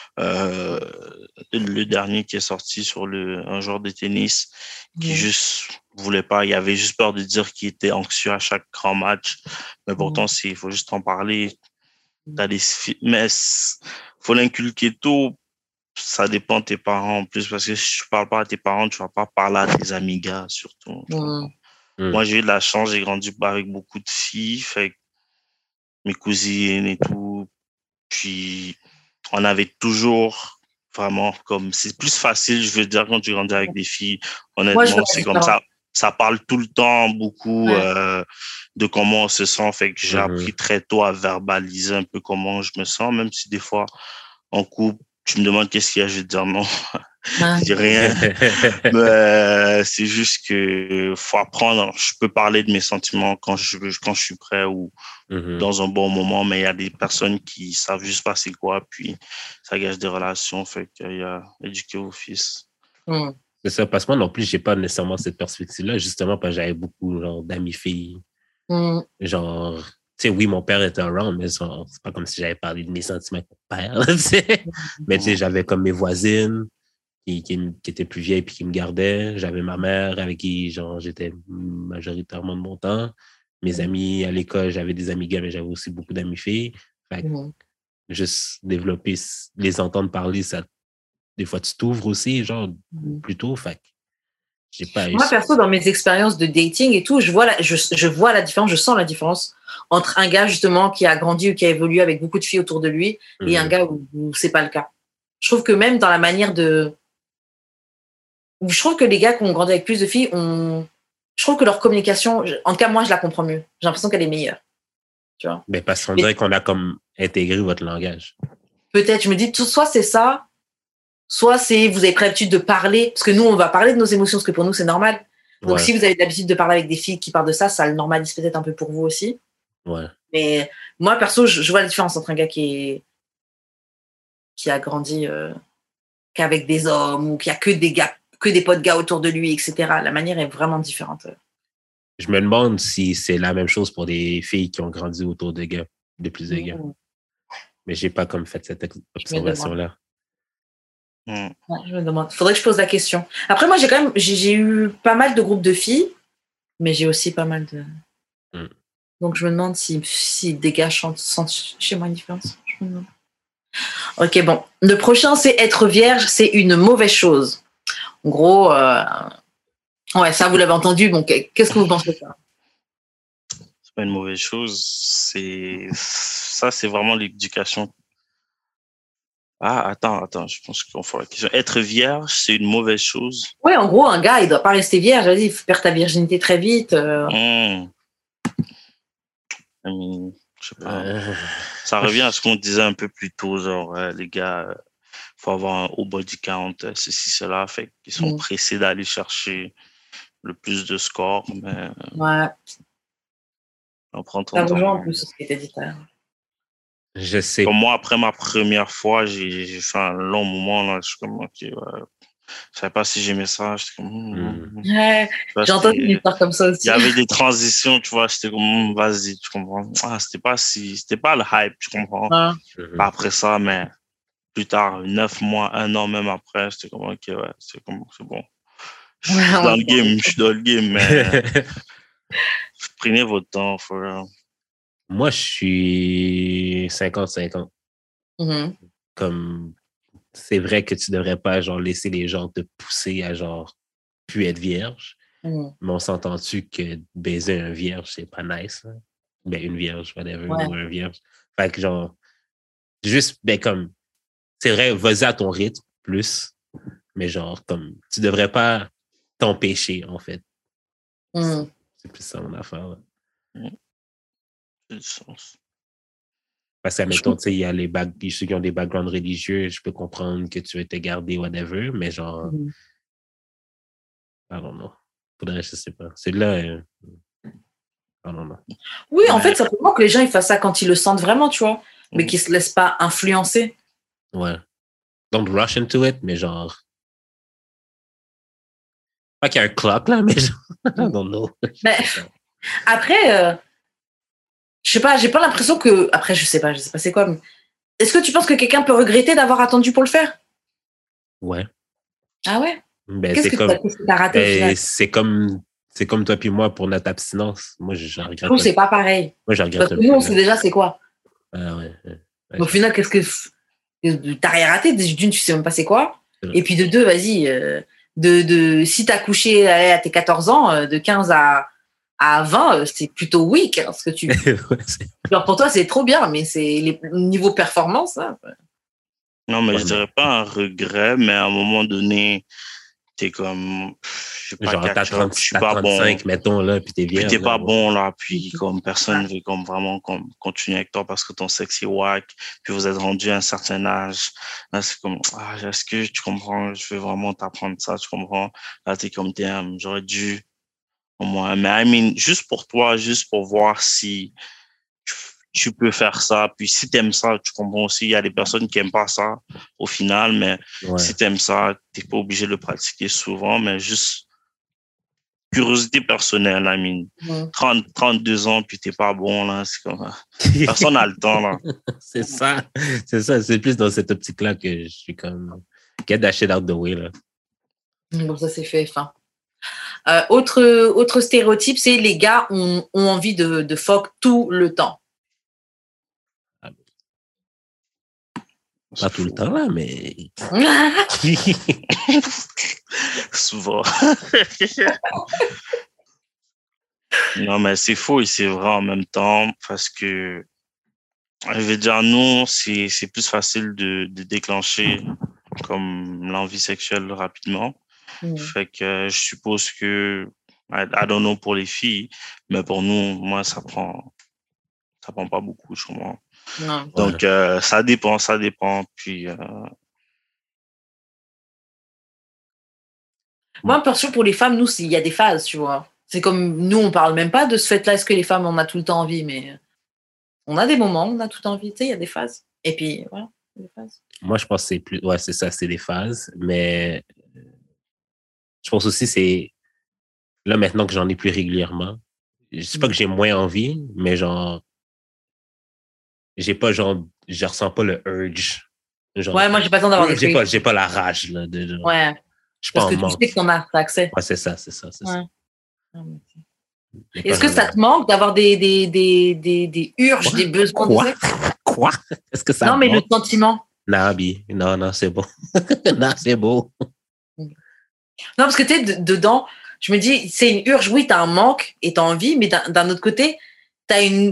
le dernier qui est sorti sur un joueur de tennis qui juste voulait pas, il avait juste peur de dire qu'il était anxieux à chaque grand match, mais pourtant il faut juste en parler. Mais faut l'inculquer tôt. Ça dépend de tes parents en plus, parce que si tu parles pas à tes parents, tu vas pas parler à tes amis gars surtout. Moi j'ai eu de la chance, j'ai grandi avec beaucoup de filles, fait mes cousines et tout. Puis, on avait toujours vraiment comme, c'est plus facile, je veux dire, quand tu grandis avec des filles, honnêtement, c'est comme ça. Ça parle tout le temps beaucoup de comment on se sent. Fait que j'ai appris très tôt à verbaliser un peu comment je me sens, même si des fois, en couple, tu me demandes qu'est-ce qu'il y a, je vais te dire non. Je dis rien. Mais c'est juste que faut apprendre. Je peux parler de mes sentiments quand je suis prêt ou dans un bon moment, mais il y a des personnes qui savent juste pas c'est quoi, puis ça gâche des relations. Fait qu'il y a éduquer au fils. C'est ça, parce que moi non plus, j'ai pas nécessairement cette perspective-là, justement parce que j'avais beaucoup genre, d'amis filles. Genre, tu sais, oui, mon père était around, mais c'est pas comme si j'avais parlé de mes sentiments avec mon père, tu sais. Mais tu sais, j'avais comme mes voisines qui étaient plus vieilles puis qui me gardaient. J'avais ma mère avec qui, genre, j'étais majoritairement de mon temps. Mes amis à l'école, j'avais des amis gars, mais j'avais aussi beaucoup d'amis filles. Fait que juste développer, les entendre parler, ça, des fois, tu t'ouvres aussi, genre, plutôt. Fait que j'ai pas Moi, perso, dans mes expériences de dating et tout, je vois la différence, je sens la différence entre un gars, justement, qui a grandi ou qui a évolué avec beaucoup de filles autour de lui et un gars où c'est pas le cas. Je trouve que même dans la manière je trouve que les gars qui ont grandi avec plus de filles, je trouve que leur communication, en tout cas, moi, je la comprends mieux. J'ai l'impression qu'elle est meilleure. Tu vois? Mais parce qu'on dirait qu'on a comme intégré votre langage. Peut-être, je me dis, soit c'est ça, soit c'est vous avez pris l'habitude de parler, parce que nous, on va parler de nos émotions, parce que pour nous, c'est normal. Donc, si vous avez l'habitude de parler avec des filles qui parlent de ça, ça le normalise peut-être un peu pour vous aussi. Ouais. Mais moi, perso, je vois la différence entre un gars qui a grandi qu'avec des hommes ou qui a que des gars, que des potes gars autour de lui, etc. La manière est vraiment différente. Je me demande si c'est la même chose pour des filles qui ont grandi autour de gars, de plus de gars. Mais j'ai pas comme fait cette observation-là. Ouais, je me demande. Faudrait que je pose la question. Après, moi, j'ai eu pas mal de groupes de filles, mais j'ai aussi pas mal de. Donc, je me demande si des gars sentent chez moi une différence. Je me demande. Ok, bon. Le prochain, c'est être vierge, c'est une mauvaise chose. En gros, ouais, ça, vous l'avez entendu. Bon, qu'est-ce que vous pensez de ça? C'est pas une mauvaise chose. C'est vraiment l'éducation. Ah, attends, je pense qu'on fera la question. Être vierge, c'est une mauvaise chose. Ouais, en gros, un gars, il doit pas rester vierge. Vas-y, perds ta virginité très vite. I mean, je sais pas. Ça revient à ce qu'on disait un peu plus tôt, genre, les gars, faut avoir un haut body count, ceci, cela, fait qu'ils sont pressés d'aller chercher le plus de scores, mais Ouais. on prend ton Ça temps. rejoint en plus ce qui était dit tout à l'heure. Je sais. Comme moi, après ma première fois, j'ai fait un long moment, là, je suis comme, ok, ouais. Je savais pas si j'aimais ça, j'étais comme, Ouais, j'ai entendu une histoire comme ça aussi. Il y avait des transitions, tu vois, j'étais comme, vas-y, tu comprends. Ah, c'était pas le hype, tu comprends. Après ça, mais plus tard, 9 mois, 1 an même après, j'étais comme, ok, ouais, c'est bon. Je suis dans le game, mais prenez votre temps, for real. Moi, je suis 50-50. Comme, c'est vrai que tu devrais pas, genre, laisser les gens te pousser à, genre, plus être vierge. Mais on s'entend-tu que baiser un vierge, c'est pas nice, hein? Ben, une vierge, whatever, ou un vierge. Fait que, genre, juste, ben, comme, c'est vrai, vas-y à ton rythme, plus. Mais, genre, comme, tu devrais pas t'empêcher, en fait. C'est plus ça, mon affaire, là. C'est du sens. Parce que, admettons, tu sais, il y a ceux qui ont des backgrounds religieux, je peux comprendre que tu veux te garder, whatever, mais genre, I don't know. Faudrait, je sais pas. C'est là, I don't know. Oui, en fait, simplement que les gens ils fassent ça quand ils le sentent vraiment, tu vois, mais qu'ils se laissent pas influencer. Ouais. Don't rush into it, mais genre, pas qu'il y a un clock, là, mais genre, I don't know. Mais après, je sais pas, j'ai pas l'impression que, après, je sais pas c'est quoi, mais est-ce que tu penses que quelqu'un peut regretter d'avoir attendu pour le faire? Ouais. Ah ouais? Ben, Qu'est-ce que t'as raté au final? C'est comme toi puis moi pour notre abstinence. Moi, je regrette. Je trouve que c'est pas pareil. Moi, je regrette. Parce que nous, on sait déjà c'est quoi. Ah ouais. Au final, qu'est-ce que t'as rien raté? D'une, tu sais même pas c'est quoi. Et puis de deux, vas-y, si t'as couché à tes 14 ans, de 15 à 20, c'est plutôt weak, hein, ce que tu. Genre pour toi, c'est trop bien, mais c'est le niveau performance. Hein. Non, mais je dirais pas un regret, mais à un moment donné, t'es comme, je sais pas, genre, t'as 30, je suis pas 35, bon. mettons, là, puis t'es vierge. Puis t'es pas bon, là, puis comme personne veut comme vraiment comme continuer avec toi parce que ton sexe est whack, puis vous êtes rendu à un certain âge. Là, c'est comme, est-ce que tu comprends, je veux vraiment t'apprendre ça, tu comprends? Là, t'es comme, damn, j'aurais dû, au moins, mais I mean, juste pour toi, juste pour voir si tu peux faire ça. Puis si t'aimes ça, tu comprends aussi, il y a des personnes qui aiment pas ça au final, mais si t'aimes ça, t'es pas obligé de le pratiquer souvent, mais juste curiosité personnelle, I mean. 32 ans, puis t'es pas bon, là, c'est comme, personne n'a le temps, là. C'est ça. C'est plus dans cette optique-là que je suis comme, get that shit out the way, là. Bon, ça, c'est fait fin. Autre stéréotype, c'est les gars ont envie de fuck tout le temps. Pas tout le temps, là, mais... Souvent. Non, mais c'est faux et c'est vrai en même temps parce que, je veux dire, nous, c'est plus facile de déclencher comme l'envie sexuelle rapidement. Fait que je suppose que, I don't know pour les filles, mais pour nous, moi, ça prend pas beaucoup, je crois. Non. Donc, ça dépend. Puis, moi, perso, pour les femmes, nous, il y a des phases, tu vois. C'est comme, nous, on parle même pas de ce fait-là, est-ce que les femmes, on a tout le temps envie, mais on a des moments, on a tout envie, tu sais, il y a des phases. Et puis, voilà, des phases. Moi, je pense que c'est plus, ouais, c'est ça, c'est des phases, mais je pense aussi c'est, là, maintenant que j'en ai plus régulièrement, je sais pas que j'ai moins envie, mais genre, j'ai pas, genre, je ressens pas le urge. Genre, ouais, moi, j'ai pas le temps d'avoir des j'ai pas la rage, là, de genre. Ouais. Je parce que tu sais que t'en as accès. Ouais, c'est ça. Est-ce que ça te manque d'avoir des urges, des besoins de sexe? Quoi? Est-ce que ça Non, mais le sentiment. Non, c'est beau. Non, c'est beau. Non, parce que tu sais, dedans, je me dis, c'est une urge, oui, t'as un manque et t'as envie, mais d'un autre côté, t'as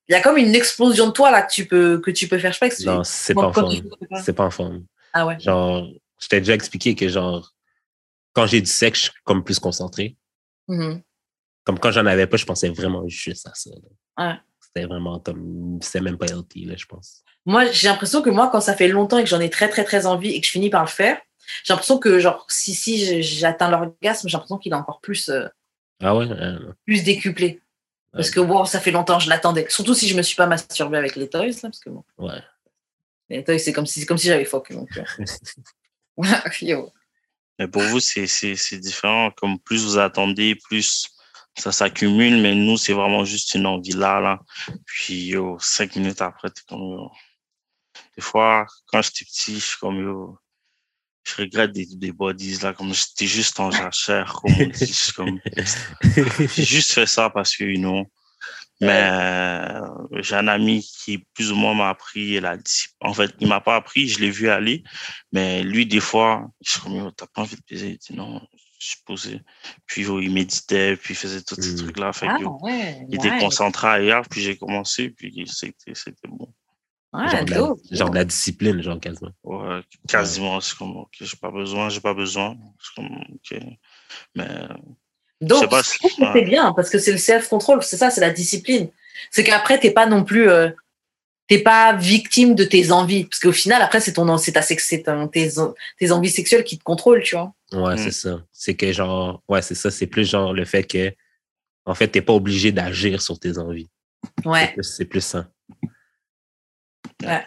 y a comme une explosion de toi là que tu peux faire. Je sais pas que non, c'est pas en forme. C'est pas en forme. Ah ouais. Genre, je t'ai déjà expliqué que genre, quand j'ai du sexe, je suis comme plus concentré. Mm-hmm. Comme quand j'en avais pas, je pensais vraiment juste à ça. Ouais. C'était vraiment comme, c'était même pas healthy, là, je pense. Moi, j'ai l'impression que quand ça fait longtemps et que j'en ai très, très, très envie et que je finis par le faire, j'ai l'impression que, genre, si j'atteins l'orgasme, j'ai l'impression qu'il est encore plus, Ah ouais? plus décuplé. Parce que, wow, ça fait longtemps, je l'attendais. Surtout si je me suis pas masturbée avec les toys, là, parce que bon. Ouais. Les toys, c'est comme si j'avais fuck. Donc, yo. Mais pour vous, c'est différent. Comme plus vous attendez, plus ça s'accumule. Mais nous, c'est vraiment juste une envie là. Puis, 5 minutes après, t'es comme, Des fois, quand j'étais petit, je suis comme, je regrette des bodies là, comme j'étais juste en jachère, comme on dit. J'ai juste fait ça parce que, Mais j'ai un ami qui plus ou moins m'a appris la discipline. En fait, il m'a pas appris, je l'ai vu aller, mais lui des fois, je suis comme t'as pas envie de baiser, il dit non, je suis posé. Puis il méditait, puis il faisait tous ces trucs là, fait que il était concentré ailleurs, puis j'ai commencé, puis c'était bon. Ouais, genre de la discipline, genre quasiment. Ouais, quasiment. Ouais. C'est comme ok, j'ai pas besoin. C'est comme ok, mais. Donc, je trouve que c'est bien parce que c'est le self-control, c'est ça, c'est la discipline. C'est qu'après, t'es pas non plus, t'es pas victime de tes envies, parce qu'au final, après, c'est tes envies sexuelles qui te contrôlent, tu vois. Ouais, c'est ça. C'est que genre, ouais, c'est ça. C'est plus genre le fait que, en fait, t'es pas obligé d'agir sur tes envies. Ouais. C'est plus ça. Ouais.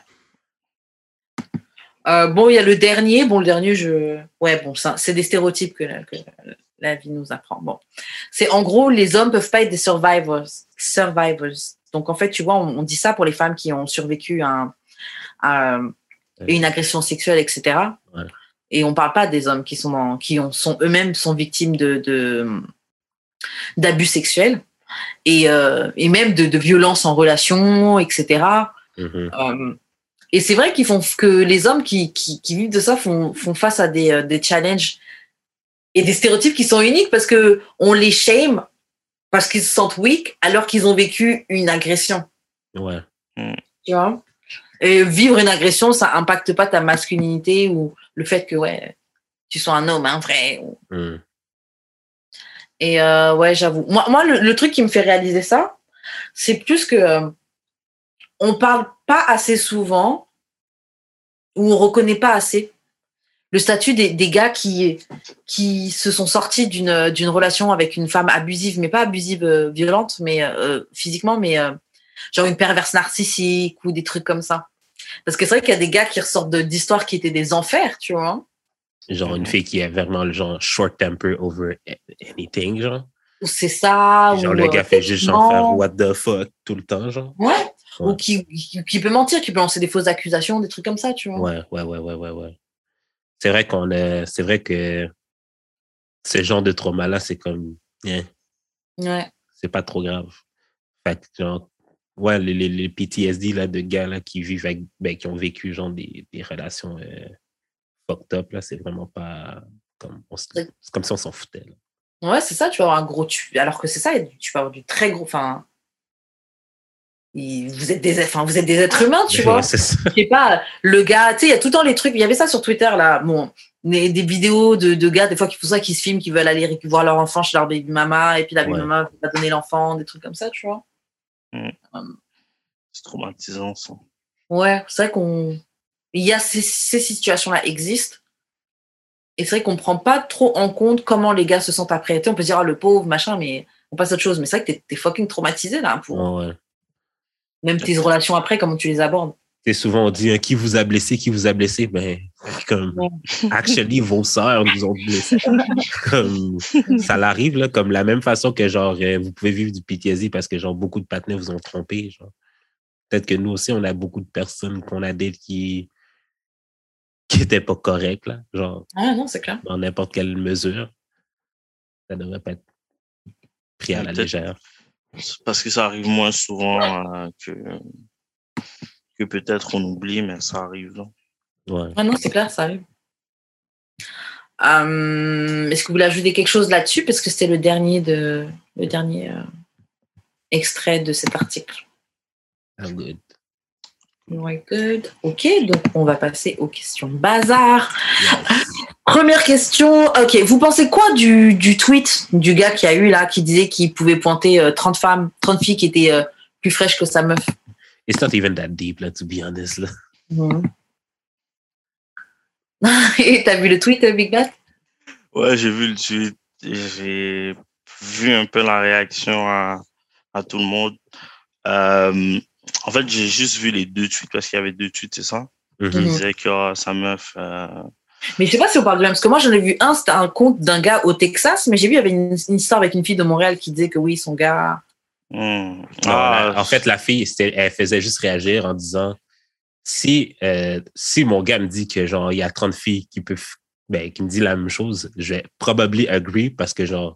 Bon, il y a le dernier. Bon, le dernier, c'est des stéréotypes que la vie nous apprend. Bon, c'est en gros, les hommes peuvent pas être des survivors. Donc, en fait, tu vois, on dit ça pour les femmes qui ont survécu à une agression sexuelle, etc. Ouais. Et on parle pas des hommes qui sont eux-mêmes sont victimes d'abus sexuels et même de violences en relation, etc. Mm-hmm. Et c'est vrai que les hommes qui vivent de ça font face à des challenges et des stéréotypes qui sont uniques parce que on les shame parce qu'ils se sentent weak alors qu'ils ont vécu une agression. Ouais. Tu vois? Et vivre une agression, ça impacte pas ta masculinité ou le fait que tu sois un homme, un vrai. Et j'avoue. Moi, le truc qui me fait réaliser ça, c'est plus que on parle pas assez souvent ou on reconnaît pas assez le statut des gars qui se sont sortis d'une relation avec une femme abusive, mais pas abusive violente, mais physiquement, mais genre une perverse narcissique ou des trucs comme ça. Parce que c'est vrai qu'il y a des gars qui ressortent d'histoires qui étaient des enfers, tu vois. Genre une fille qui est vraiment le genre short temper over anything, genre. C'est ça. Genre le gars fait juste genre faire what the fuck tout le temps, genre. Ouais. Ou qui peut mentir, qui peut lancer des fausses accusations, des trucs comme ça, tu vois. Ouais. C'est vrai que ce genre de trauma-là, c'est comme, ouais. C'est pas trop grave. Fait que, genre, ouais, les PTSD là, de gars là, qui vivent avec, qui ont vécu genre des relations fucked up, là, c'est vraiment pas comme, c'est comme si on s'en foutait. Là. Ouais, c'est ça, tu vas avoir un gros alors que c'est ça, tu vas avoir du très gros, vous êtes des êtres humains, tu vois. C'est ça. Je sais pas, le gars, tu sais, il y a tout le temps les trucs, il y avait ça sur Twitter, là, bon, des vidéos de gars, des fois, qui font ça, qui se filment, qui veulent aller voir leur enfant chez leur baby mama, et puis la baby mama va donner l'enfant, des trucs comme ça, tu vois. C'est traumatisant, ça. Ouais, c'est vrai il y a ces situations-là existent, et c'est vrai qu'on prend pas trop en compte comment les gars se sentent après. Tu sais, on peut se dire, le pauvre, machin, mais on passe à autre chose. Mais c'est vrai que t'es fucking traumatisé, là, pour... Même tes relations après, comment tu les abordes. Et souvent, on dit qui vous a blessé, ben, comme, actually, vos sœurs nous ont blessés. Comme, ça l'arrive, là, comme la même façon que, genre, vous pouvez vivre du PTSD parce que, genre, beaucoup de partenaires vous ont trompé, genre. Peut-être que nous aussi, on a beaucoup de personnes qu'on a d'elles qui étaient pas correctes, là, genre. Ah non, c'est clair. Dans n'importe quelle mesure. Ça devrait pas être pris à la légère. Parce que ça arrive moins souvent que peut-être on oublie, mais ça arrive. Là. Ouais. Ah non, c'est clair, ça arrive. Est-ce que vous voulez ajouter quelque chose là-dessus? Parce que c'était le dernier extrait de cet article. I'm good. Ouais, good. OK, donc on va passer aux questions bazar. Yes. Première question. OK, vous pensez quoi du tweet du gars qui a eu là, qui disait qu'il pouvait pointer 30 filles qui étaient plus fraîches que sa meuf? It's not even that deep, là, to be honest. Là. Et t'as vu le tweet, Big Bat? Ouais, j'ai vu le tweet. J'ai vu un peu la réaction à tout le monde. En fait, j'ai juste vu les 2 tweets parce qu'il y avait 2 tweets, c'est ça? Il disait que sa meuf... Mais je sais pas si on parle de même, parce que moi j'en ai vu un, c'était un compte d'un gars au Texas, mais j'ai vu il y avait une histoire avec une fille de Montréal qui disait que oui, son gars... Non, en fait, la fille, elle faisait juste réagir en disant si mon gars me dit que genre il y a 30 filles qui me dit la même chose, je vais probably agree parce que genre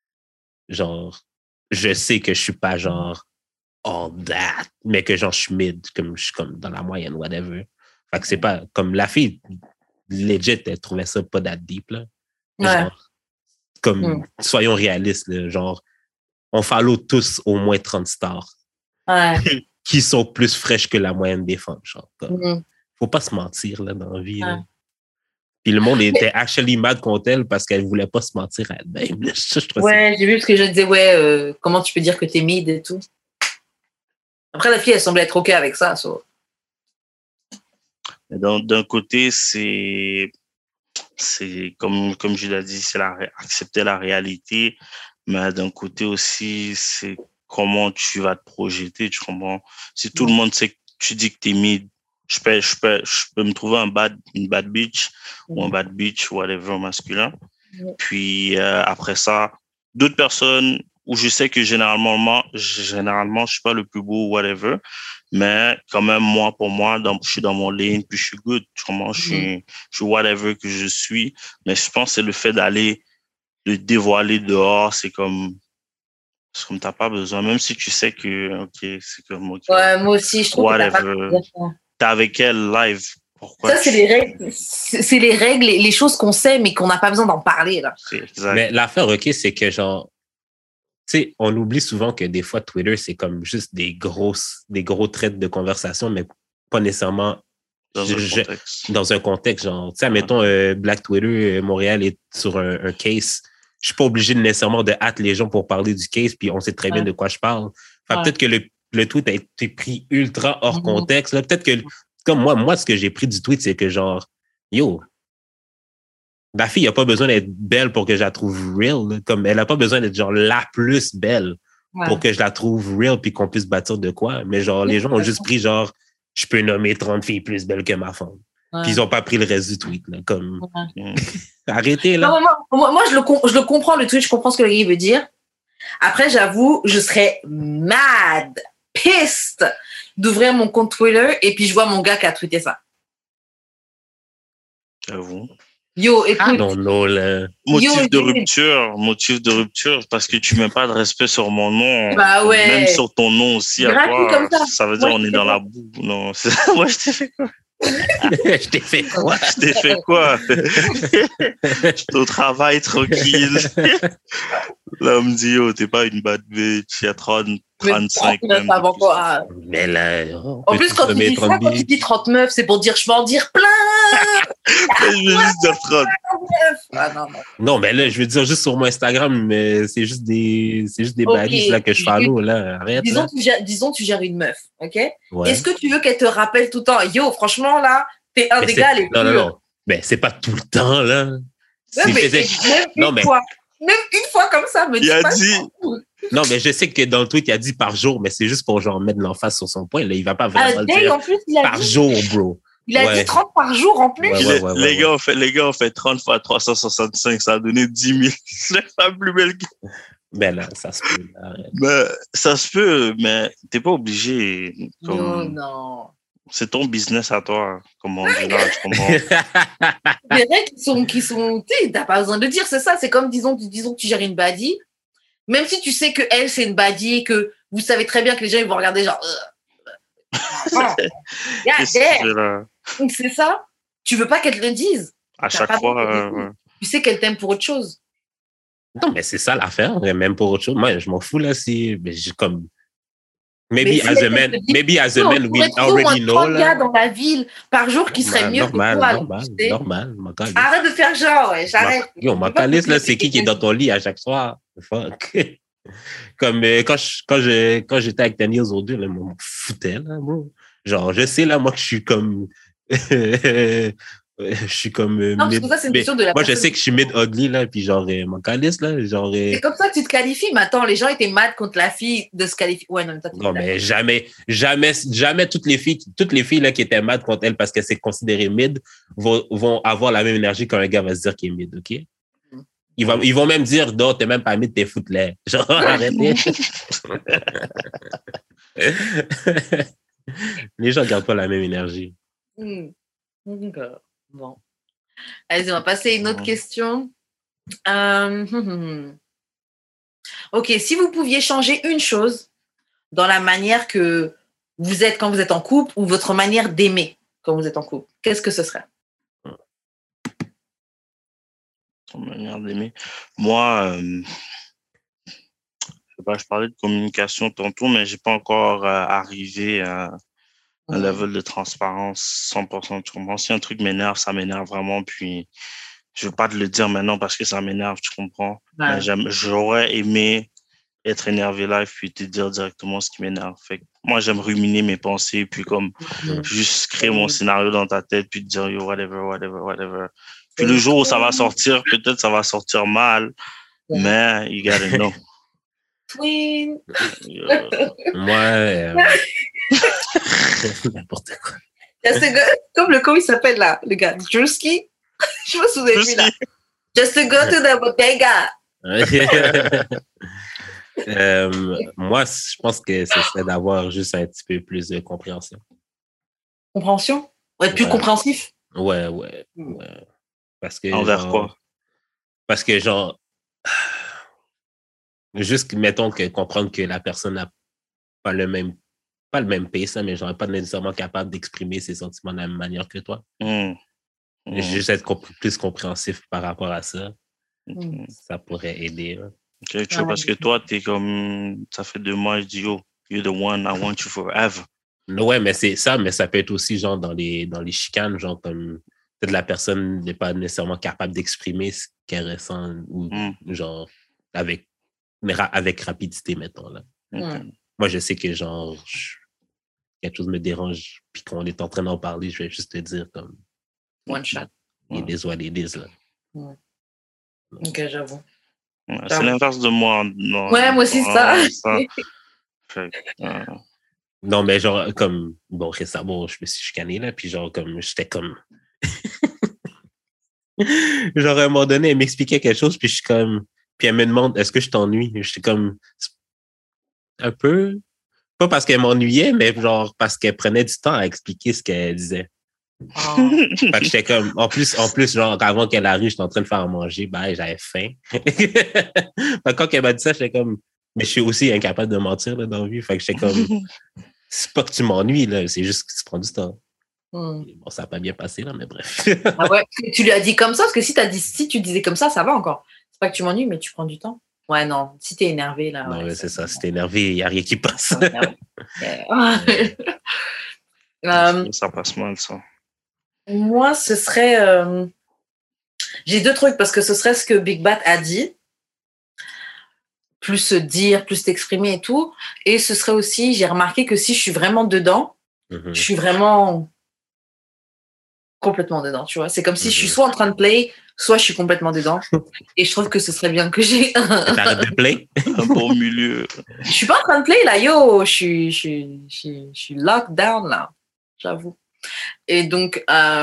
je sais que je suis pas genre all that, mais que genre je suis mid, comme je suis comme dans la moyenne, whatever. Fait que c'est pas comme la fille legit, elle trouvait ça pas that deep là. Genre, comme soyons réalistes, là, genre on follow tous au moins 30 stars. Ouais. Qui sont plus fraîches que la moyenne des femmes. Genre, faut pas se mentir là, dans la vie. Là. Puis le monde était actually mad contre elle parce qu'elle voulait pas se mentir à elle-même. Ouais, j'ai vu parce que je disais, comment tu peux dire que t'es mid et tout. Après, la fille, elle semblait être OK avec ça. D'un côté, c'est comme je l'ai dit, c'est accepter la réalité. Mais d'un côté aussi, c'est comment tu vas te projeter, tu comprends? Si tout le monde sait que tu dis que t'es mid, je peux me trouver une bad bitch ou un bad bitch, whatever, masculin. Puis après ça, d'autres personnes où je sais que généralement, je suis pas le plus beau, whatever, mais quand même, pour moi, je suis dans mon lane, puis je suis good, tu comprends? Je suis whatever que je suis. Mais je pense que c'est le fait d'aller le dévoiler dehors, c'est comme t'as pas besoin, même si tu sais que, OK, c'est comme, OK. Ouais, moi aussi, je trouve que t'as pas besoin. T'es avec elle live. Pourquoi ça, c'est les règles, les choses qu'on sait, mais qu'on n'a pas besoin d'en parler, là. C'est exact. Mais l'affaire, OK, c'est que genre, tu sais, on oublie souvent que des fois, Twitter, c'est comme juste des gros traits de conversation, mais pas nécessairement dans un contexte. Genre, tu sais, mettons, Black Twitter, Montréal est sur un case. Je suis pas obligé nécessairement de hâte les gens pour parler du case, puis on sait très bien de quoi je parle. Enfin, peut-être que le tweet a été pris ultra hors contexte. Là. Peut-être que, comme moi, ce que j'ai pris du tweet, c'est que genre, yo, la fille n'a pas besoin d'être belle pour que je la trouve real. Là. Comme elle n'a pas besoin d'être genre la plus belle pour que je la trouve real puis qu'on puisse bâtir de quoi. Mais genre, les gens ont juste pris genre, je peux nommer 30 filles plus belles que ma femme. Puis ils n'ont pas pris le reste du tweet. Là, comme, arrêtez là. Non, moi je le comprends, le tweet, je comprends ce que le gars veut dire. Après, j'avoue, je serais mad, pissed d'ouvrir mon compte Twitter et puis je vois mon gars qui a tweeté ça. J'avoue. Yo, écoute. Non, là. Motif de rupture, parce que tu mets pas de respect sur mon nom. Bah ouais. Même sur ton nom aussi, à toi. Comme ça veut dire on est dans la boue. Non, moi, je t'ai fait quoi? Je t'ai fait quoi? J'étais au travail, tranquille. Là, on me dit, oh, t'es pas une bad bitch, il y a 35 même. Mais là, en plus, quand tu dis 39, c'est pour dire, je vais en dire plein. Je veux juste dire 30. Non, mais là, je veux dire juste sur mon Instagram, mais c'est juste des baddies là, que je follow, là. Arrête. Disons, tu gères une meuf, OK? Ouais. Est-ce que tu veux qu'elle te rappelle tout le temps? Yo, franchement, là, t'es un des gars les plus... Non. Mais c'est pas tout le temps, là. Même une fois comme ça, me dis pas. Dit... Non, mais je sais que dans le tweet, il a dit par jour, mais c'est juste pour genre mettre l'emphase sur son point. Là, il va pas vraiment dire en plus, par jour, bro. Il a dit 30 par jour en plus. Les gars ont fait 30 fois 365, ça a donné 10 000. C'est pas plus belle que... Ben là, ça se peut. Ben, ça se peut, mais t'es pas obligé. Non. C'est ton business à toi, comme on dit là, tu comprends? Les règles qui sont, tu sais, t'as pas besoin de dire, c'est ça. C'est comme, disons que tu gères une baddie. Même si tu sais que elle, c'est une baddie et que vous savez très bien que les gens, ils vont regarder genre... C'est ça. Tu veux pas qu'elle te le dise. À chaque fois. Tu sais qu'elle t'aime pour autre chose. Non, mais c'est ça l'affaire, même pour autre chose. Moi, je m'en fous là. Maybe as a man, we already know. 30 gars dans la ville par jour qui seraient mieux que toi. Normal. Arrête de faire genre, ouais, j'arrête. Yo, ma calice, là, c'est qui est dans ton lit à chaque soir? Fuck. Comme quand j'étais avec Daniel Zodou, là, moi, je foutais, là, bro. Genre, je sais, là, moi, que je suis comme... je suis comme non, parce que ça, c'est une question de la moi, je sais que je suis mid-ugly, là, puis genre, mon calice, là, genre... C'est comme ça que tu te qualifies. Mais attends, les gens étaient mad contre la fille de se qualifier. Ouais, non, mais jamais toutes les filles là, qui étaient mad contre elle parce que c'est considéré mid vont avoir la même énergie quand un gars va se dire qu'il est mid, OK? Ils vont même dire, non, t'es même pas mid, t'es foot-là. Genre, arrêtez. Les gens gardent pas la même énergie. Bon. Allez, on va passer à une autre question. Ok, si vous pouviez changer une chose dans la manière que vous êtes quand vous êtes en couple ou votre manière d'aimer quand vous êtes en couple, qu'est-ce que ce serait? Ton manière d'aimer. Moi, je parlais de communication tantôt, mais j'ai pas encore arrivé à un level de transparence 100%. Tu comprends? Si un truc m'énerve, ça m'énerve vraiment. Puis, je veux pas te le dire maintenant parce que ça m'énerve, tu comprends? Ouais. J'aurais aimé être énervé live puis te dire directement ce qui m'énerve. Fait que moi, j'aime ruminer mes pensées puis comme juste créer mon scénario dans ta tête puis te dire yo, whatever. Puis le jour où ça va sortir, peut-être ça va sortir mal, mais you gotta know. Twin! Moi, n'importe quoi. Comme comment il s'appelle là, le gars? Drewski? Je me souviens plus là. Just to go to the bodega. Moi, je pense que ce serait d'avoir juste un petit peu plus de compréhension. Compréhension? Ouais, être plus compréhensif? Ouais. Parce que, envers quoi? Parce que, genre, juste, mettons, que comprendre que la personne n'a pas le même pace, mais genre, pas nécessairement capable d'exprimer ses sentiments de la même manière que toi. Juste être plus compréhensif par rapport à ça. Ça pourrait aider. Hein. Okay, parce que toi, t'es comme, ça fait 2 mois, je dis, yo, you're the one, I want you forever. Ouais, mais c'est ça, mais ça peut être aussi, genre, dans les chicanes, genre, comme, peut-être la personne n'est pas nécessairement capable d'exprimer ce qu'elle ressent, ou, genre, avec rapidité, mettons, là. Moi, je sais que, genre, quelque chose me dérange, puis qu'on est en train d'en parler, je vais juste te dire, comme, one shot. It is what it is, là. Ok, j'avoue. C'est l'inverse de moi. Non, ouais, moi aussi, ça. Non, mais genre, comme, bon, récemment, je me suis chicané, là, puis genre, comme, j'étais comme... genre, à un moment donné, elle m'expliquait quelque chose, puis je suis comme... Puis elle me demande, est-ce que je t'ennuie? J'étais comme... Un peu... Pas parce qu'elle m'ennuyait, mais genre, parce qu'elle prenait du temps à expliquer ce qu'elle disait. Fait que j'étais comme, en plus, genre, avant qu'elle arrive, j'étais en train de faire à manger, j'avais faim. Quand elle m'a dit ça, j'étais comme, mais je suis aussi incapable de mentir, là, dans la vie. Fait que j'étais comme, c'est pas que tu m'ennuies, là, c'est juste que tu prends du temps. Bon, ça n'a pas bien passé, là, mais bref. Ah ouais, tu lui as dit comme ça, parce que si tu disais comme ça va encore. C'est pas que tu m'ennuies, mais tu prends du temps. Ouais, non, si t'es énervé, là. Non, ouais, c'est ça, si t'es énervé, il n'y a rien qui passe. Ça passe mal, ça. Moi, ce serait... J'ai 2 trucs, parce que ce serait ce que Big Bat a dit. Plus se dire, plus t'exprimer et tout. Et ce serait aussi, j'ai remarqué que si je suis vraiment dedans, je suis vraiment complètement dedans, tu vois. C'est comme si je suis soit en train de play, soit je suis complètement dedans. Et je trouve que ce serait bien que j'ai... T'arrêtes de play? Un bon milieu. Je suis pas en train de play, là, yo. Je suis locked down, là. J'avoue. Et donc,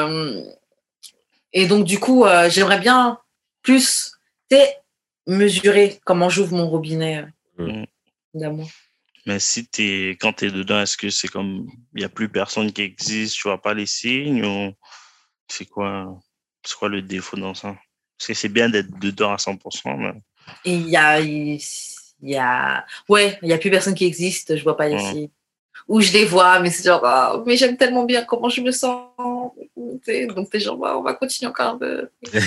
du coup, j'aimerais bien plus mesurer comment j'ouvre mon robinet d'amour. Mais quand t'es dedans, est-ce que c'est comme il n'y a plus personne qui existe, tu vois pas les signes ou c'est quoi le défaut dans ça? Parce que c'est bien d'être dedans à 100%, mais... Et il y a plus personne qui existe, je vois pas les signes. Ou je les vois, mais c'est genre, oh, mais j'aime tellement bien comment je me sens. Donc t'es genre, on va continuer encore un peu.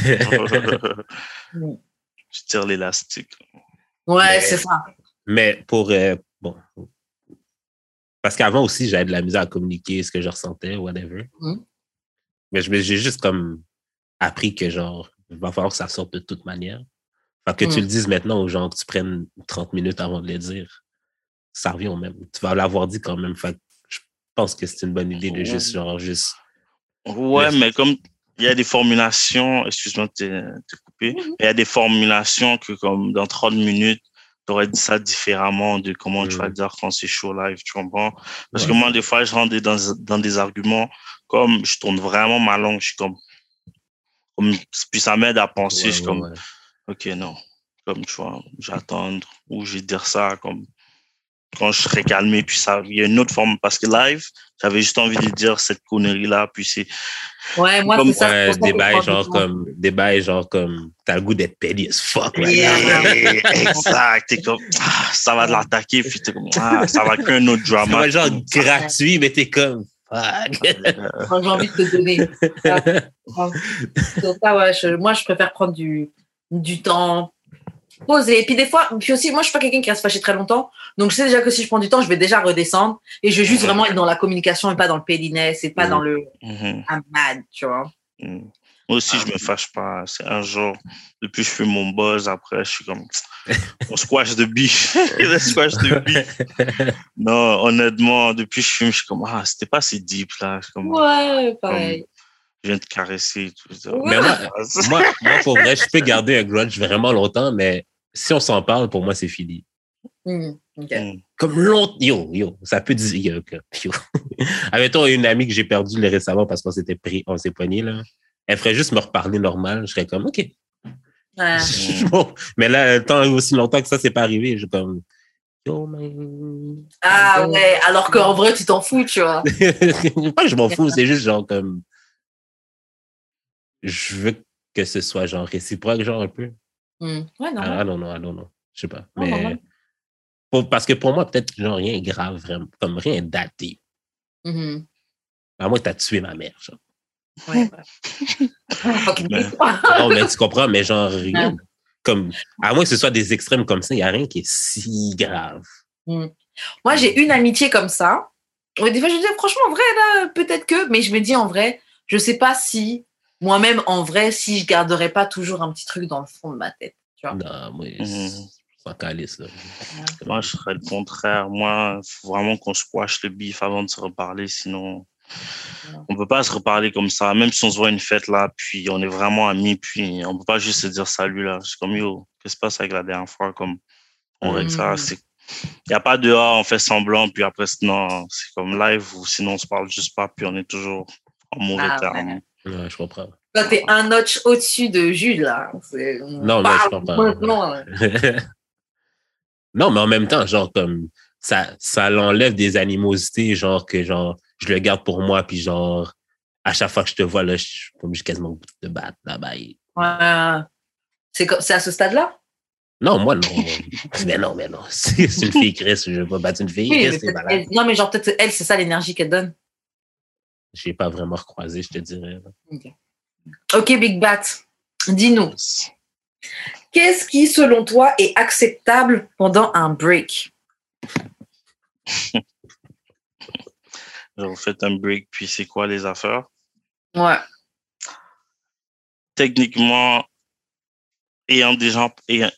Je tire l'élastique. Ouais, c'est ça. Mais pour, Parce qu'avant aussi, j'avais de la misère à communiquer ce que je ressentais, whatever. Mais j'ai juste comme appris que genre, il va falloir que ça sorte de toute manière. Fait que tu le dises maintenant aux gens, que tu prennes 30 minutes avant de le dire, ça revient au même. Tu vas l'avoir dit quand même. Fait que je pense que c'est une bonne idée de juste. Ouais, mais comme il y a des formulations, excuse-moi de te couper, il y a des formulations que comme dans 30 minutes, tu aurais dit ça différemment de comment tu vas le dire quand c'est show live, tu comprends? Parce que moi, des fois, je rentre dans des arguments, comme je tourne vraiment ma langue, je suis comme puis ça m'aide à penser, je suis comme, OK, non, comme tu vois, j'attends ou je vais dire ça, comme quand je serai calmé, puis ça, il y a une autre forme, parce que live, j'avais juste envie de dire cette connerie-là, puis c'est... Ouais, moi, comme, c'est ça. des bails genre comme, t'as le goût d'être petty as fuck, Exact, t'es comme, ça va de l'attaquer, puis t'es comme, ça va qu'un autre drama. Ça va genre gratuit, mais t'es comme, fuck. J'ai envie de te donner. Ça, ouais, moi, je préfère prendre du temps, poser. Et puis des fois, aussi, moi, je suis pas quelqu'un qui reste fâché très longtemps. Donc, je sais déjà que si je prends du temps, je vais déjà redescendre et je vais juste vraiment être dans la communication et pas dans le pettiness et pas dans le I'm mad, tu vois. Moi aussi, je me fâche pas. C'est un jour, depuis que je fais mon buzz, après, je suis comme, on squash de beef. Non, honnêtement, depuis que je fume, je suis comme, c'était pas si deep, là. Comme, ouais, pareil. Comme, je viens de caresser. Tout ça. Mais moi, pour vrai, je peux garder un grudge vraiment longtemps, mais si on s'en parle, pour moi, c'est fini. Comme longtemps, yo, ça peut dire, yo. Admettons, une amie que j'ai perdue récemment parce qu'on s'est pogné, là. Elle ferait juste me reparler normal, je serais comme, OK. Bon, mais là, tant aussi longtemps que ça, c'est pas arrivé, je suis comme, yo, man. Ouais, alors qu'en vrai, tu t'en fous, tu vois. Pas que je m'en fous, c'est juste genre comme, je veux que ce soit genre réciproque, genre un peu. Ouais, non. I don't know. Je sais pas. Mais parce que pour moi, peut-être genre rien est grave, vraiment. Comme rien est daté. À moi, t'as tué ma mère, genre. Ouais. Non, mais tu comprends, mais genre rien. Comme, à moins que ce soit des extrêmes comme ça, il n'y a rien qui est si grave. Moi, j'ai une amitié comme ça. Des fois, je dis, franchement, en vrai, là, peut-être que, mais je me dis, en vrai, je sais pas si, moi-même, en vrai, si je garderais pas toujours un petit truc dans le fond de ma tête, tu vois. Non, moi, c'est calice, là. Moi, je serais le contraire. Moi, il faut vraiment qu'on squash le beef avant de se reparler, sinon... On peut pas se reparler comme ça, même si on se voit une fête là, puis on est vraiment amis, puis on peut pas juste se dire salut là. C'est comme yo, qu'est-ce qui se passe avec la dernière fois, comme on règle ça. Il n'y a pas de on fait semblant, puis après non, c'est comme live ou sinon on se parle juste pas, puis on est toujours en mauvais termes. Ouais, je comprends. Toi, t'es un notch au-dessus de Jules là. Non, mais je comprends. Non, mais en même temps, genre comme ça l'enlève des animosités, genre que genre je le garde pour moi, puis genre, à chaque fois que je te vois, là, je suis quasiment au bout de te battre, là-bas. Ouais. C'est à ce stade-là? Non, moi, non. mais non. C'est une fille, Chris. Je vais pas battre une fille. Oui, Chris, non, mais genre, peut-être elle, c'est ça l'énergie qu'elle donne. Je n'ai pas vraiment recroisé, je te dirais. OK, Big Bat. Dis-nous. Qu'est-ce qui, selon toi, est acceptable pendant un break? Genre, vous faites un break, puis c'est quoi les affaires? Ouais. Techniquement, ayant déjà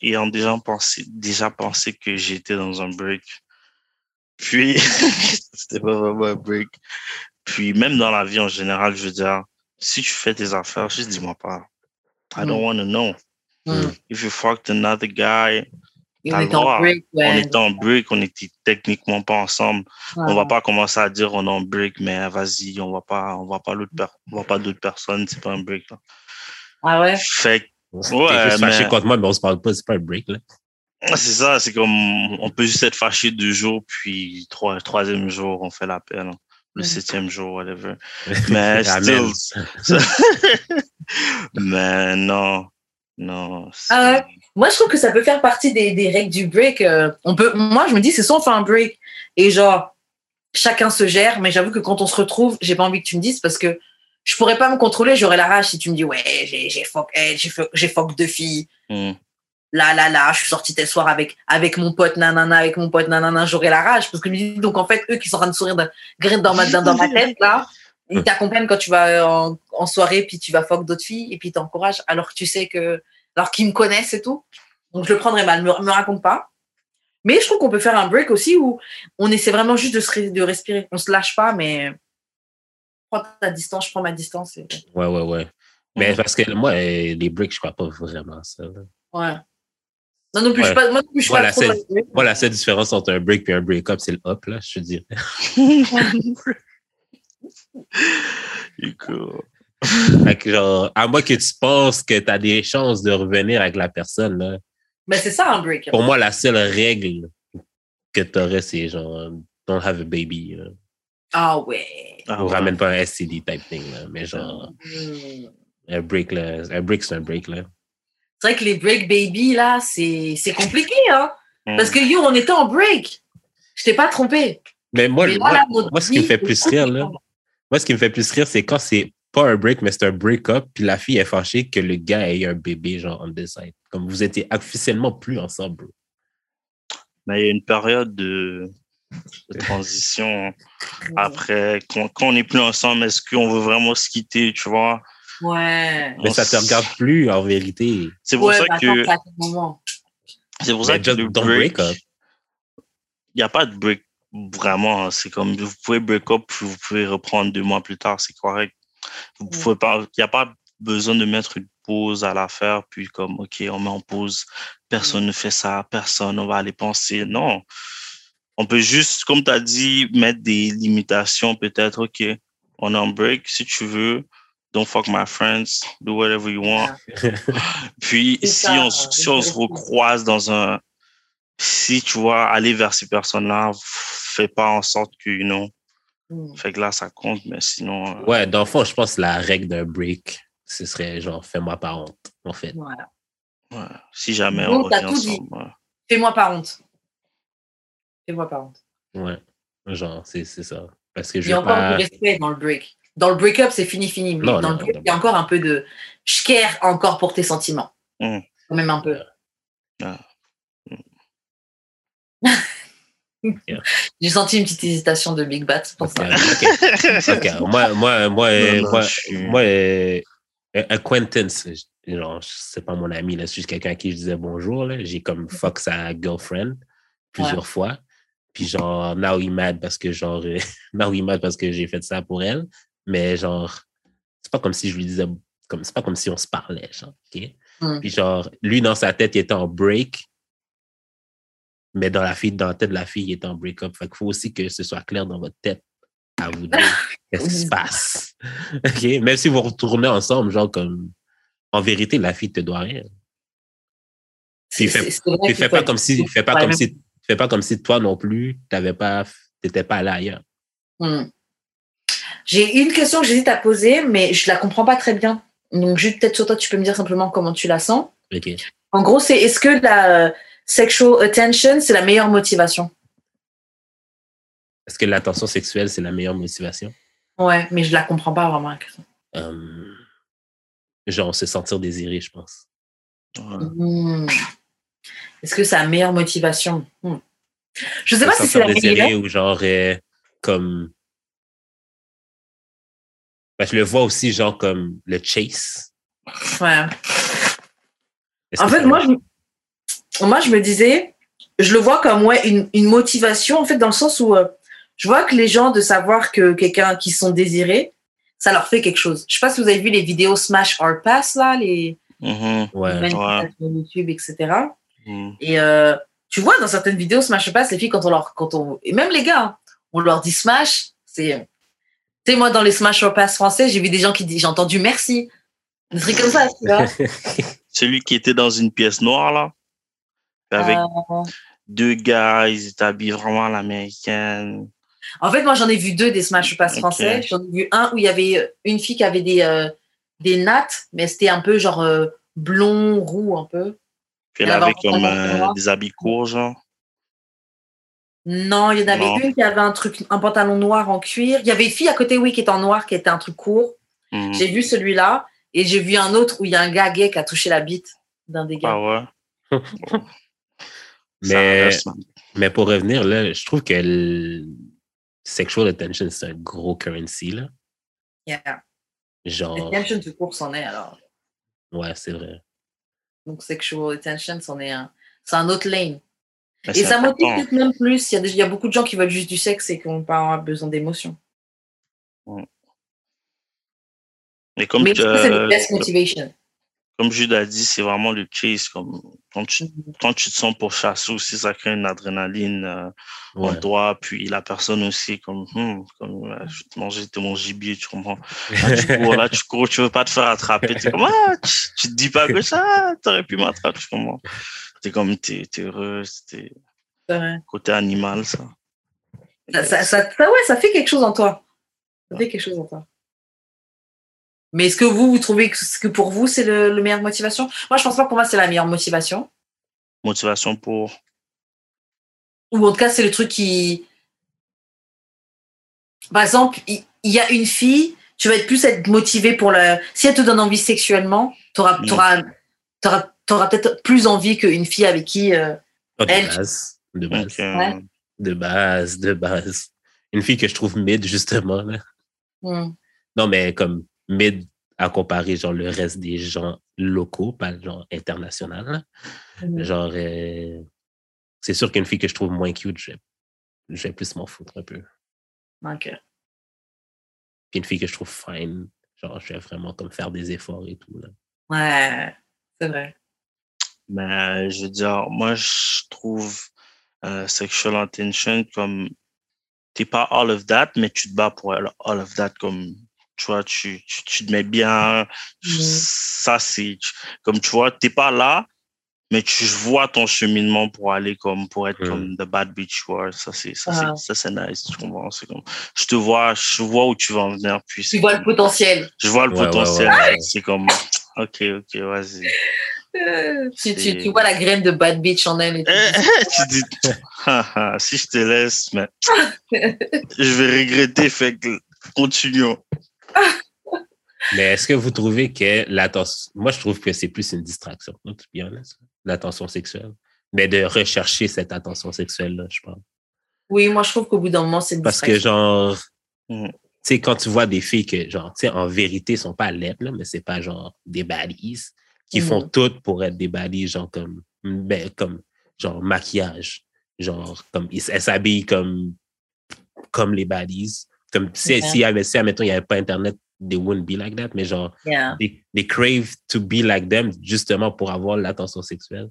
pensé que j'étais dans un break, puis c'était pas vraiment un break. Puis même dans la vie en général, je veux dire, si tu fais tes affaires, juste dis-moi pas. I don't want to know. If you fucked another guy, on était en break, on était en break, on était techniquement pas ensemble. On va pas commencer à dire on est en break, mais vas-y, on va pas d'autres personnes, c'est pas un break là. Ah ouais. Fait t'es juste fâché contre moi, mais on se parle pas, c'est pas un break là. C'est ça, c'est comme on peut juste être fâché 2 jours, puis troisième jour on fait l'appel, le 7e jour, whatever. Mais still, mais non. Ah ouais. Moi, je trouve que ça peut faire partie des règles du break. Moi, je me dis, c'est soit on fait un break et genre, chacun se gère, mais j'avoue que quand on se retrouve, j'ai pas envie que tu me dises parce que je pourrais pas me contrôler, j'aurais la rage si tu me dis, ouais, j'ai fuck elle, j'ai fuck 2 filles. je suis sortie tel soir avec mon pote nanana, j'aurais la rage. Parce que je me dis, donc en fait, eux qui sont en train de sourire dans ma tête, là, ils t'accompagnent quand tu vas en soirée, puis tu vas fuck d'autres filles, et puis ils t'encouragent, alors que tu sais alors qu'ils me connaissent et tout. Donc je le prendrais mal, me raconte pas. Mais je trouve qu'on peut faire un break aussi où on essaie vraiment juste de respirer. On se lâche pas, mais prends ta distance, je prends ma distance. Ouais. Mais parce que moi, les breaks, je crois pas vraiment à ça. Ouais. Non, non plus, je suis pas trop. Moi, la seule différence entre un break et un break-up, c'est le up, là, je te dirais. Fait que genre, à moins que tu penses que tu as des chances de revenir avec la personne, là. Mais c'est ça un break. Pour moi, la seule règle que tu aurais, c'est genre, don't have a baby. Là. Ah ouais. On ramène pas un STD type thing, là. Mais genre, un break, c'est un break, là. C'est vrai que les break baby, là, c'est compliqué, hein. Parce que on était en break. Je t'ai pas trompé. Mais moi, ce qui me fait plus rire, là, c'est quand c'est pas un break, mais c'est un break-up, puis la fille est fâchée que le gars ait un bébé, genre, on the side. Comme vous étiez officiellement plus ensemble, bro. Mais il y a une période de transition après, quand on n'est plus ensemble, est-ce qu'on veut vraiment se quitter, tu vois? Ouais. Mais ça te regarde plus, en vérité. C'est pour ça que... C'est pour ça que le break up. Il n'y a pas de break vraiment. C'est comme, vous pouvez break up, puis vous pouvez reprendre 2 mois plus tard, c'est correct. Vous pouvez pas, il n'y a pas besoin de mettre une pause à l'affaire, puis comme, OK, on met en pause, personne ne fait ça, on va aller penser. Non. On peut juste, comme tu as dit, mettre des limitations, peut-être, OK, on est en break, si tu veux, don't fuck my friends, do whatever you want. Puis, si on se recroise si tu vois, aller vers ces personnes-là, fais pas en sorte que, fait que là, ça compte, mais sinon... Ouais, dans le fond, je pense que la règle d'un break, ce serait genre, fais-moi pas honte, en fait. Voilà. Ouais. Si jamais on revient ensemble. Ouais. Fais-moi pas honte. Ouais, genre, c'est ça. Parce que il y a encore du respect dans le break. Dans le break-up, c'est fini. Mais dans le break, il y a encore un peu de... Je care encore pour tes sentiments. Quand même un peu. Yeah. J'ai senti une petite hésitation de Big Bat pour ça. Moi, acquaintance, genre, c'est pas mon ami, là, c'est juste quelqu'un à qui je disais bonjour, là. J'ai comme fuck sa girlfriend plusieurs fois. Puis genre, now he mad parce que j'ai fait ça pour elle. Mais genre, c'est pas comme si je lui disais, c'est pas comme si on se parlait, genre, OK? Puis genre, lui, dans sa tête, il était en break. Mais dans la tête de la fille, il est en break-up. Fait qu'il faut aussi que ce soit clair dans votre tête à vous dire qu'est-ce qui se passe. OK? Même si vous retournez ensemble, genre comme en vérité, la fille te doit rien. Puis fais pas comme si toi non plus, t'étais pas allé ailleurs. J'ai une question que j'hésite à poser, mais je la comprends pas très bien. Donc, juste peut-être sur toi, tu peux me dire simplement comment tu la sens. OK. En gros, est-ce que la sexual attention, c'est la meilleure motivation? Est-ce que l'attention sexuelle, c'est la meilleure motivation? Ouais, mais je la comprends pas vraiment, la question. Genre, se sentir désiré, je pense. Est-ce que c'est la meilleure motivation? Je sais pas si c'est la meilleure. Ou genre, comme... Ben, je le vois aussi, genre, comme le chase. Ouais. En fait, moi, je me disais, je le vois comme une motivation, en fait, dans le sens où je vois que les gens, de savoir que quelqu'un qui sont désirés, ça leur fait quelque chose. Je sais pas si vous avez vu les vidéos Smash or Pass, là, les sur YouTube, etc. Et tu vois, dans certaines vidéos Smash or Pass, les filles, et même les gars, hein, on leur dit Smash, c'est... Tu sais, moi, dans les Smash or Pass français, j'ai vu des gens j'ai entendu merci. Des trucs comme ça, tu vois. Celui qui était dans une pièce noire, là, avec 2 gars, ils étaient habillés vraiment à l'américaine. En fait, moi, j'en ai vu 2 des Smash or Pass français. J'en ai vu un où il y avait une fille qui avait des nattes, mais c'était un peu genre blond, roux, un peu. Puis elle avait comme des habits courts, genre. Non, il y en avait une qui avait un pantalon noir en cuir. Il y avait une fille à côté, qui était en noir, qui était un truc court. J'ai vu celui-là. Et j'ai vu un autre où il y a un gars gay qui a touché la bite d'un des gars. Ah ouais? Mais pour revenir, là, je trouve que le sexual attention, c'est un gros currency, là. Yeah. Genre... Attention to court, c'en est, alors. Ouais, c'est vrai. Donc, sexual attention, c'en est un. C'est un autre lane. Mais et ça motive peut-être même plus. Il y a beaucoup de gens qui veulent juste du sexe et qui n'ont pas besoin d'émotions. Mais comme c'est le best motivation. Comme Jude a dit, c'est vraiment le case. Comme quand tu te sens pour chasser aussi, ça crée une adrénaline en toi. Puis la personne aussi, comme je vais te manger mon gibier, tu comprends. Là, tu cours, tu veux pas te faire attraper. T'es comme, tu te dis pas que ça, t'aurais pu m'attraper, tu comprends. T'es comme, t'es heureux, c'était côté animal, ça. Ça fait quelque chose en toi. Ça fait quelque chose en toi. Mais est-ce que vous trouvez que pour vous, c'est le meilleure motivation? Moi, je pense pas que pour moi, c'est la meilleure motivation. Motivation pour? Ou en tout cas, c'est le truc qui... Par exemple, il y a une fille, tu vas être motivé pour la... Si elle te donne envie sexuellement, t'auras peut-être plus envie qu'une fille avec qui... De base. Une fille que je trouve mid, justement. Là. Non, mais comme mid à comparer genre le reste des gens locaux, pas genre international. Genre, c'est sûr qu'une fille que je trouve moins cute, je vais plus m'en foutre un peu. OK. Puis une fille que je trouve fine, genre, je vais vraiment comme faire des efforts et tout. Là. Ouais, c'est vrai. Mais je veux dire, moi, je trouve sexual attention comme t'es pas all of that, mais tu te bats pour all of that comme tu vois, tu te mets bien. Ça, c'est comme tu vois, t'es pas là, mais tu vois ton cheminement pour aller pour être comme the bad bitch you are. Ça, c'est nice. Tu comprends? C'est comme, je vois où tu vas en venir. Puis tu vois le potentiel. Je vois le potentiel. Ouais. C'est comme, OK, vas-y. Tu vois la graine de bad bitch en elle. Et tu dis, si je te laisse, mais je vais regretter, fait que continuons. Mais est-ce que vous trouvez que l'attention... Moi, je trouve que c'est plus une distraction, to be honest, l'attention sexuelle. Mais de rechercher cette attention sexuelle-là, je pense. Oui, moi, je trouve qu'au bout d'un moment, c'est une distraction. Parce que, genre, tu sais, quand tu vois des filles que, genre, tu sais, en vérité, sont pas laides, là, mais c'est pas, genre, des baddies, qui font tout pour être des baddies, genre, comme genre, maquillage. Genre, comme, elles s'habillent comme les baddies. Comme si admettons, il n'y avait pas Internet, they wouldn't be like that, mais genre, they crave to be like them justement pour avoir l'attention sexuelle.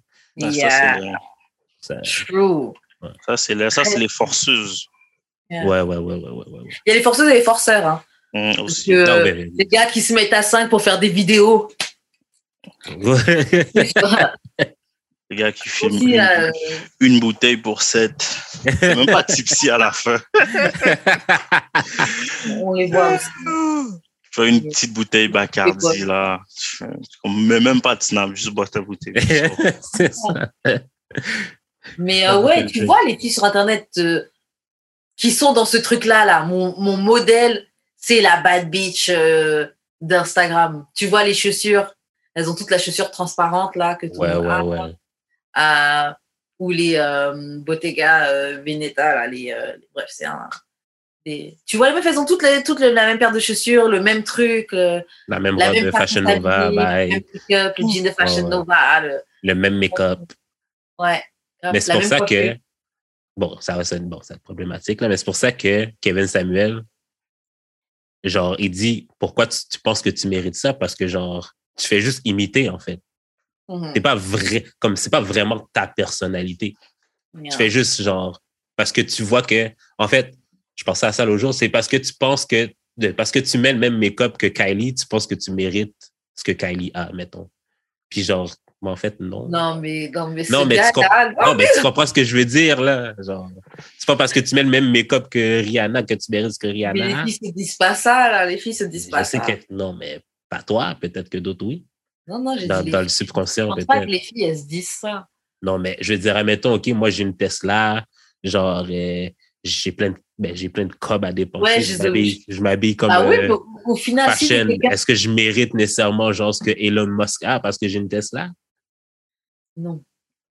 True. Ouais. Ça, c'est les forceuses. Ouais. Il y a les forceuses et les forceurs. Hein. Aussi. Les gars qui se mettent à 5 pour faire des vidéos. Les gars qui filment une bouteille pour 7. Même pas tipsy à la fin. On les voit aussi. Tu vois une petite bouteille Bacardi, là. Mais même pas de snap, juste boire ta bouteille. C'est ça. Mais ouais, tu vois les filles sur Internet qui sont dans ce truc-là. Là. Mon modèle, c'est la bad bitch d'Instagram. Tu vois les chaussures. Elles ont toute la chaussure transparente, là, que tout le monde a. Ou les Bottega Veneta, là, bref, c'est un... Tu vois, les meufs, elles ont toutes la même paire de chaussures, le même truc. La même robe de Fashion Nova. Le même make-up, le jean de Fashion Nova. Le même make-up. Ouais. Mais c'est pour ça que... Bon, ça va être problématique, là, mais c'est pour ça que Kevin Samuel, genre, il dit, pourquoi tu penses que tu mérites ça? Parce que, genre, tu fais juste imiter, en fait. C'est pas vrai, comme c'est pas vraiment ta personnalité. Tu fais juste, genre, parce que tu vois que, en fait, je pensais à ça l'autre jour, c'est parce que tu penses parce que tu mets le même make-up que Kylie, tu penses que tu mérites ce que Kylie a, mettons. Puis genre, en fait, non. Non, mais tu comprends ce que je veux dire, là. Genre, c'est pas parce que tu mets le même make-up que Rihanna que tu mérites ce que Rihanna a. Mais les filles se disent pas ça, là. Les filles se disent pas ça. Non, mais pas toi, peut-être que d'autres, oui. Non, j'ai dit dans le subconscient, peut-être. Je pense pas que les filles, elles se disent ça. Non, mais je veux dire, admettons, OK, moi, j'ai une Tesla, genre, j'ai plein de cob à dépenser. Ouais, je m'habille comme au final, fashion. Est-ce que je mérite nécessairement genre ce que Elon Musk a parce que j'ai une Tesla? Non.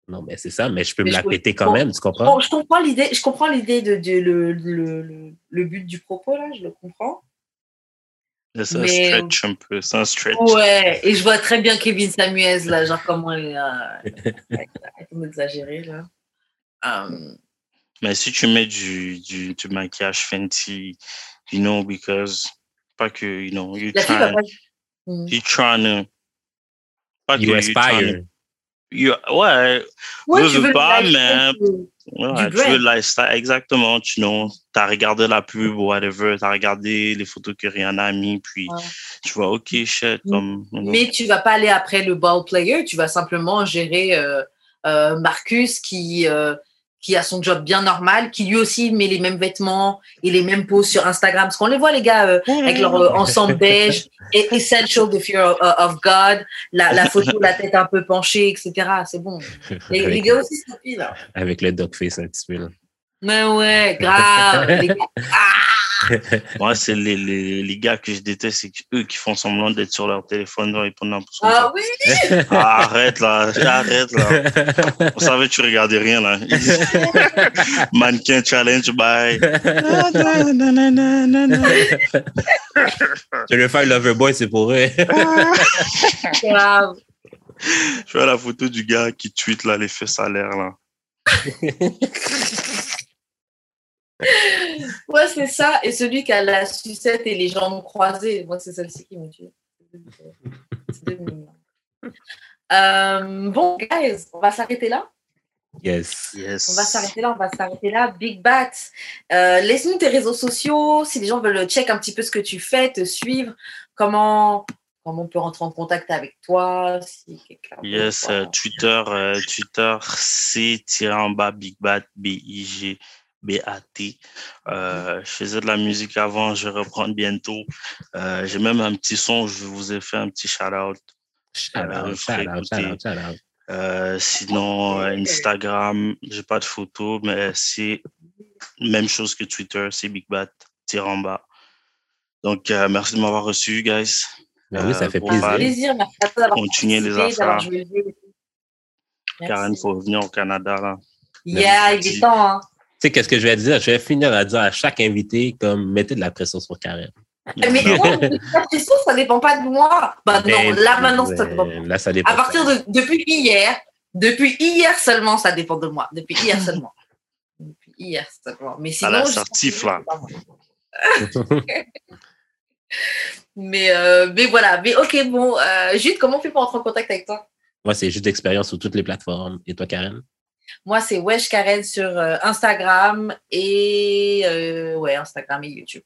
Non, mais c'est ça, mais je peux me la péter quand même, tu comprends? Bon, je comprends l'idée de le but du propos, là, je le comprends. C'est un stretch un peu, c'est un stretch. Ouais, et je vois très bien Kevin Samuels, là, genre comment il a exagéré, là. Mais si tu mets du maquillage Fenty, because, pas que, you're trying to, pas you aspire. Ouais, tu veux pas, mais tu veux le lifestyle, exactement. T'as regardé la pub ou whatever, t'as regardé les photos que Rihanna a mis, puis tu vois, ok, shit. Mais tu vas pas aller après le ball player, tu vas simplement gérer Marcus qui a son job bien normal, qui lui aussi met les mêmes vêtements et les mêmes poses sur Instagram. Parce qu'on les voit, les gars, avec leur ensemble beige, Essential the Fear of God, la photo, la tête un peu penchée, etc. C'est bon. Les gars aussi, c'est pire, là. Avec le dog face un petit peu, là. Mais ouais, grave. Moi, c'est les gars que je déteste, c'est eux qui font semblant d'être sur leur téléphone, genre ils prennent un peu comme ça. Oui. Arrête là. On savait que tu regardais rien là. Mannequin challenge, bye. Tu veux faire Loverboy, c'est pour eux. Grave. Je vois la photo du gars qui tweet là les fesses à l'air là. Ouais, c'est ça. Et celui qui a la sucette et les jambes croisées, moi, c'est celle-ci qui me tue. Bon, guys, on va s'arrêter là. Yes. On va s'arrêter là. Big Bat. Laisse-nous tes réseaux sociaux. Si les gens veulent check un petit peu ce que tu fais, te suivre, comment on peut rentrer en contact avec toi. Yes, Twitter, C-Big Bat, BIG. B-A-T. Je faisais de la musique avant, je vais reprendre bientôt. J'ai même un petit son, je vous ai fait un petit shout-out. Sinon, Instagram, j'ai pas de photos, mais c'est même chose que Twitter, c'est Big Bat, tiré en bas. Donc, merci de m'avoir reçu, guys. Oui, ça fait plaisir. Merci à toi d'avoir continué les affaires. Karen, il faut revenir au Canada, là. Il est temps, hein. Tu sais, qu'est-ce que je vais dire? Je vais finir à dire à chaque invité, comme, mettez de la pression sur Karen. Mais moi, la pression, ça dépend pas de moi. Non, là, maintenant, ça dépend. Là, ça dépend. À partir depuis hier seulement, ça dépend de moi. Depuis hier seulement. Mais sinon, la sortif, là. Mais voilà. Mais ok, bon. Jude, comment on fait pour entrer en contact avec toi? Moi, c'est juste d'expérience sur toutes les plateformes. Et toi, Karen? Moi, c'est Wesh Karen sur Instagram et Instagram et YouTube.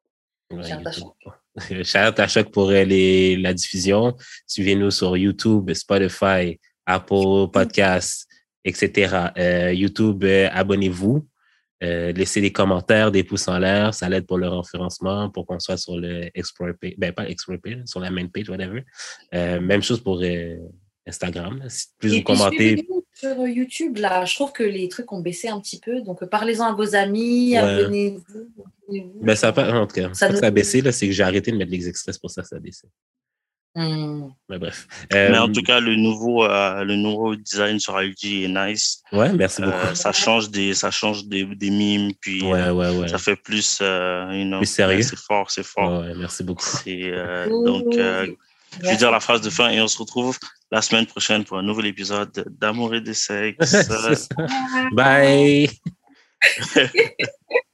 Shout-out à Choc pour la diffusion. Suivez-nous sur YouTube, Spotify, Apple Podcasts, etc. YouTube, abonnez-vous. Laissez des commentaires, des pouces en l'air. Ça l'aide pour le référencement, pour qu'on soit sur le Explore page. Pas Explore page, sur la main page, whatever. Même chose pour Instagram. Si plus vous commentez. Sur YouTube, là, je trouve que les trucs ont baissé un petit peu. Donc, parlez-en à vos amis, abonnez-vous. Ben, ça en tout cas, ça a baissé, là, c'est que j'ai arrêté de mettre les extraits, c'est pour ça que ça a baissé. Mais bref. Mais en tout cas, le nouveau design sur IG est nice. Ouais, merci beaucoup. Ça change des mimes, puis ça fait plus, plus sérieux. C'est fort. Ouais, merci beaucoup. Donc, je vais dire la phrase de fin et on se retrouve la semaine prochaine pour un nouvel épisode d'Amour et de sexe. Bye.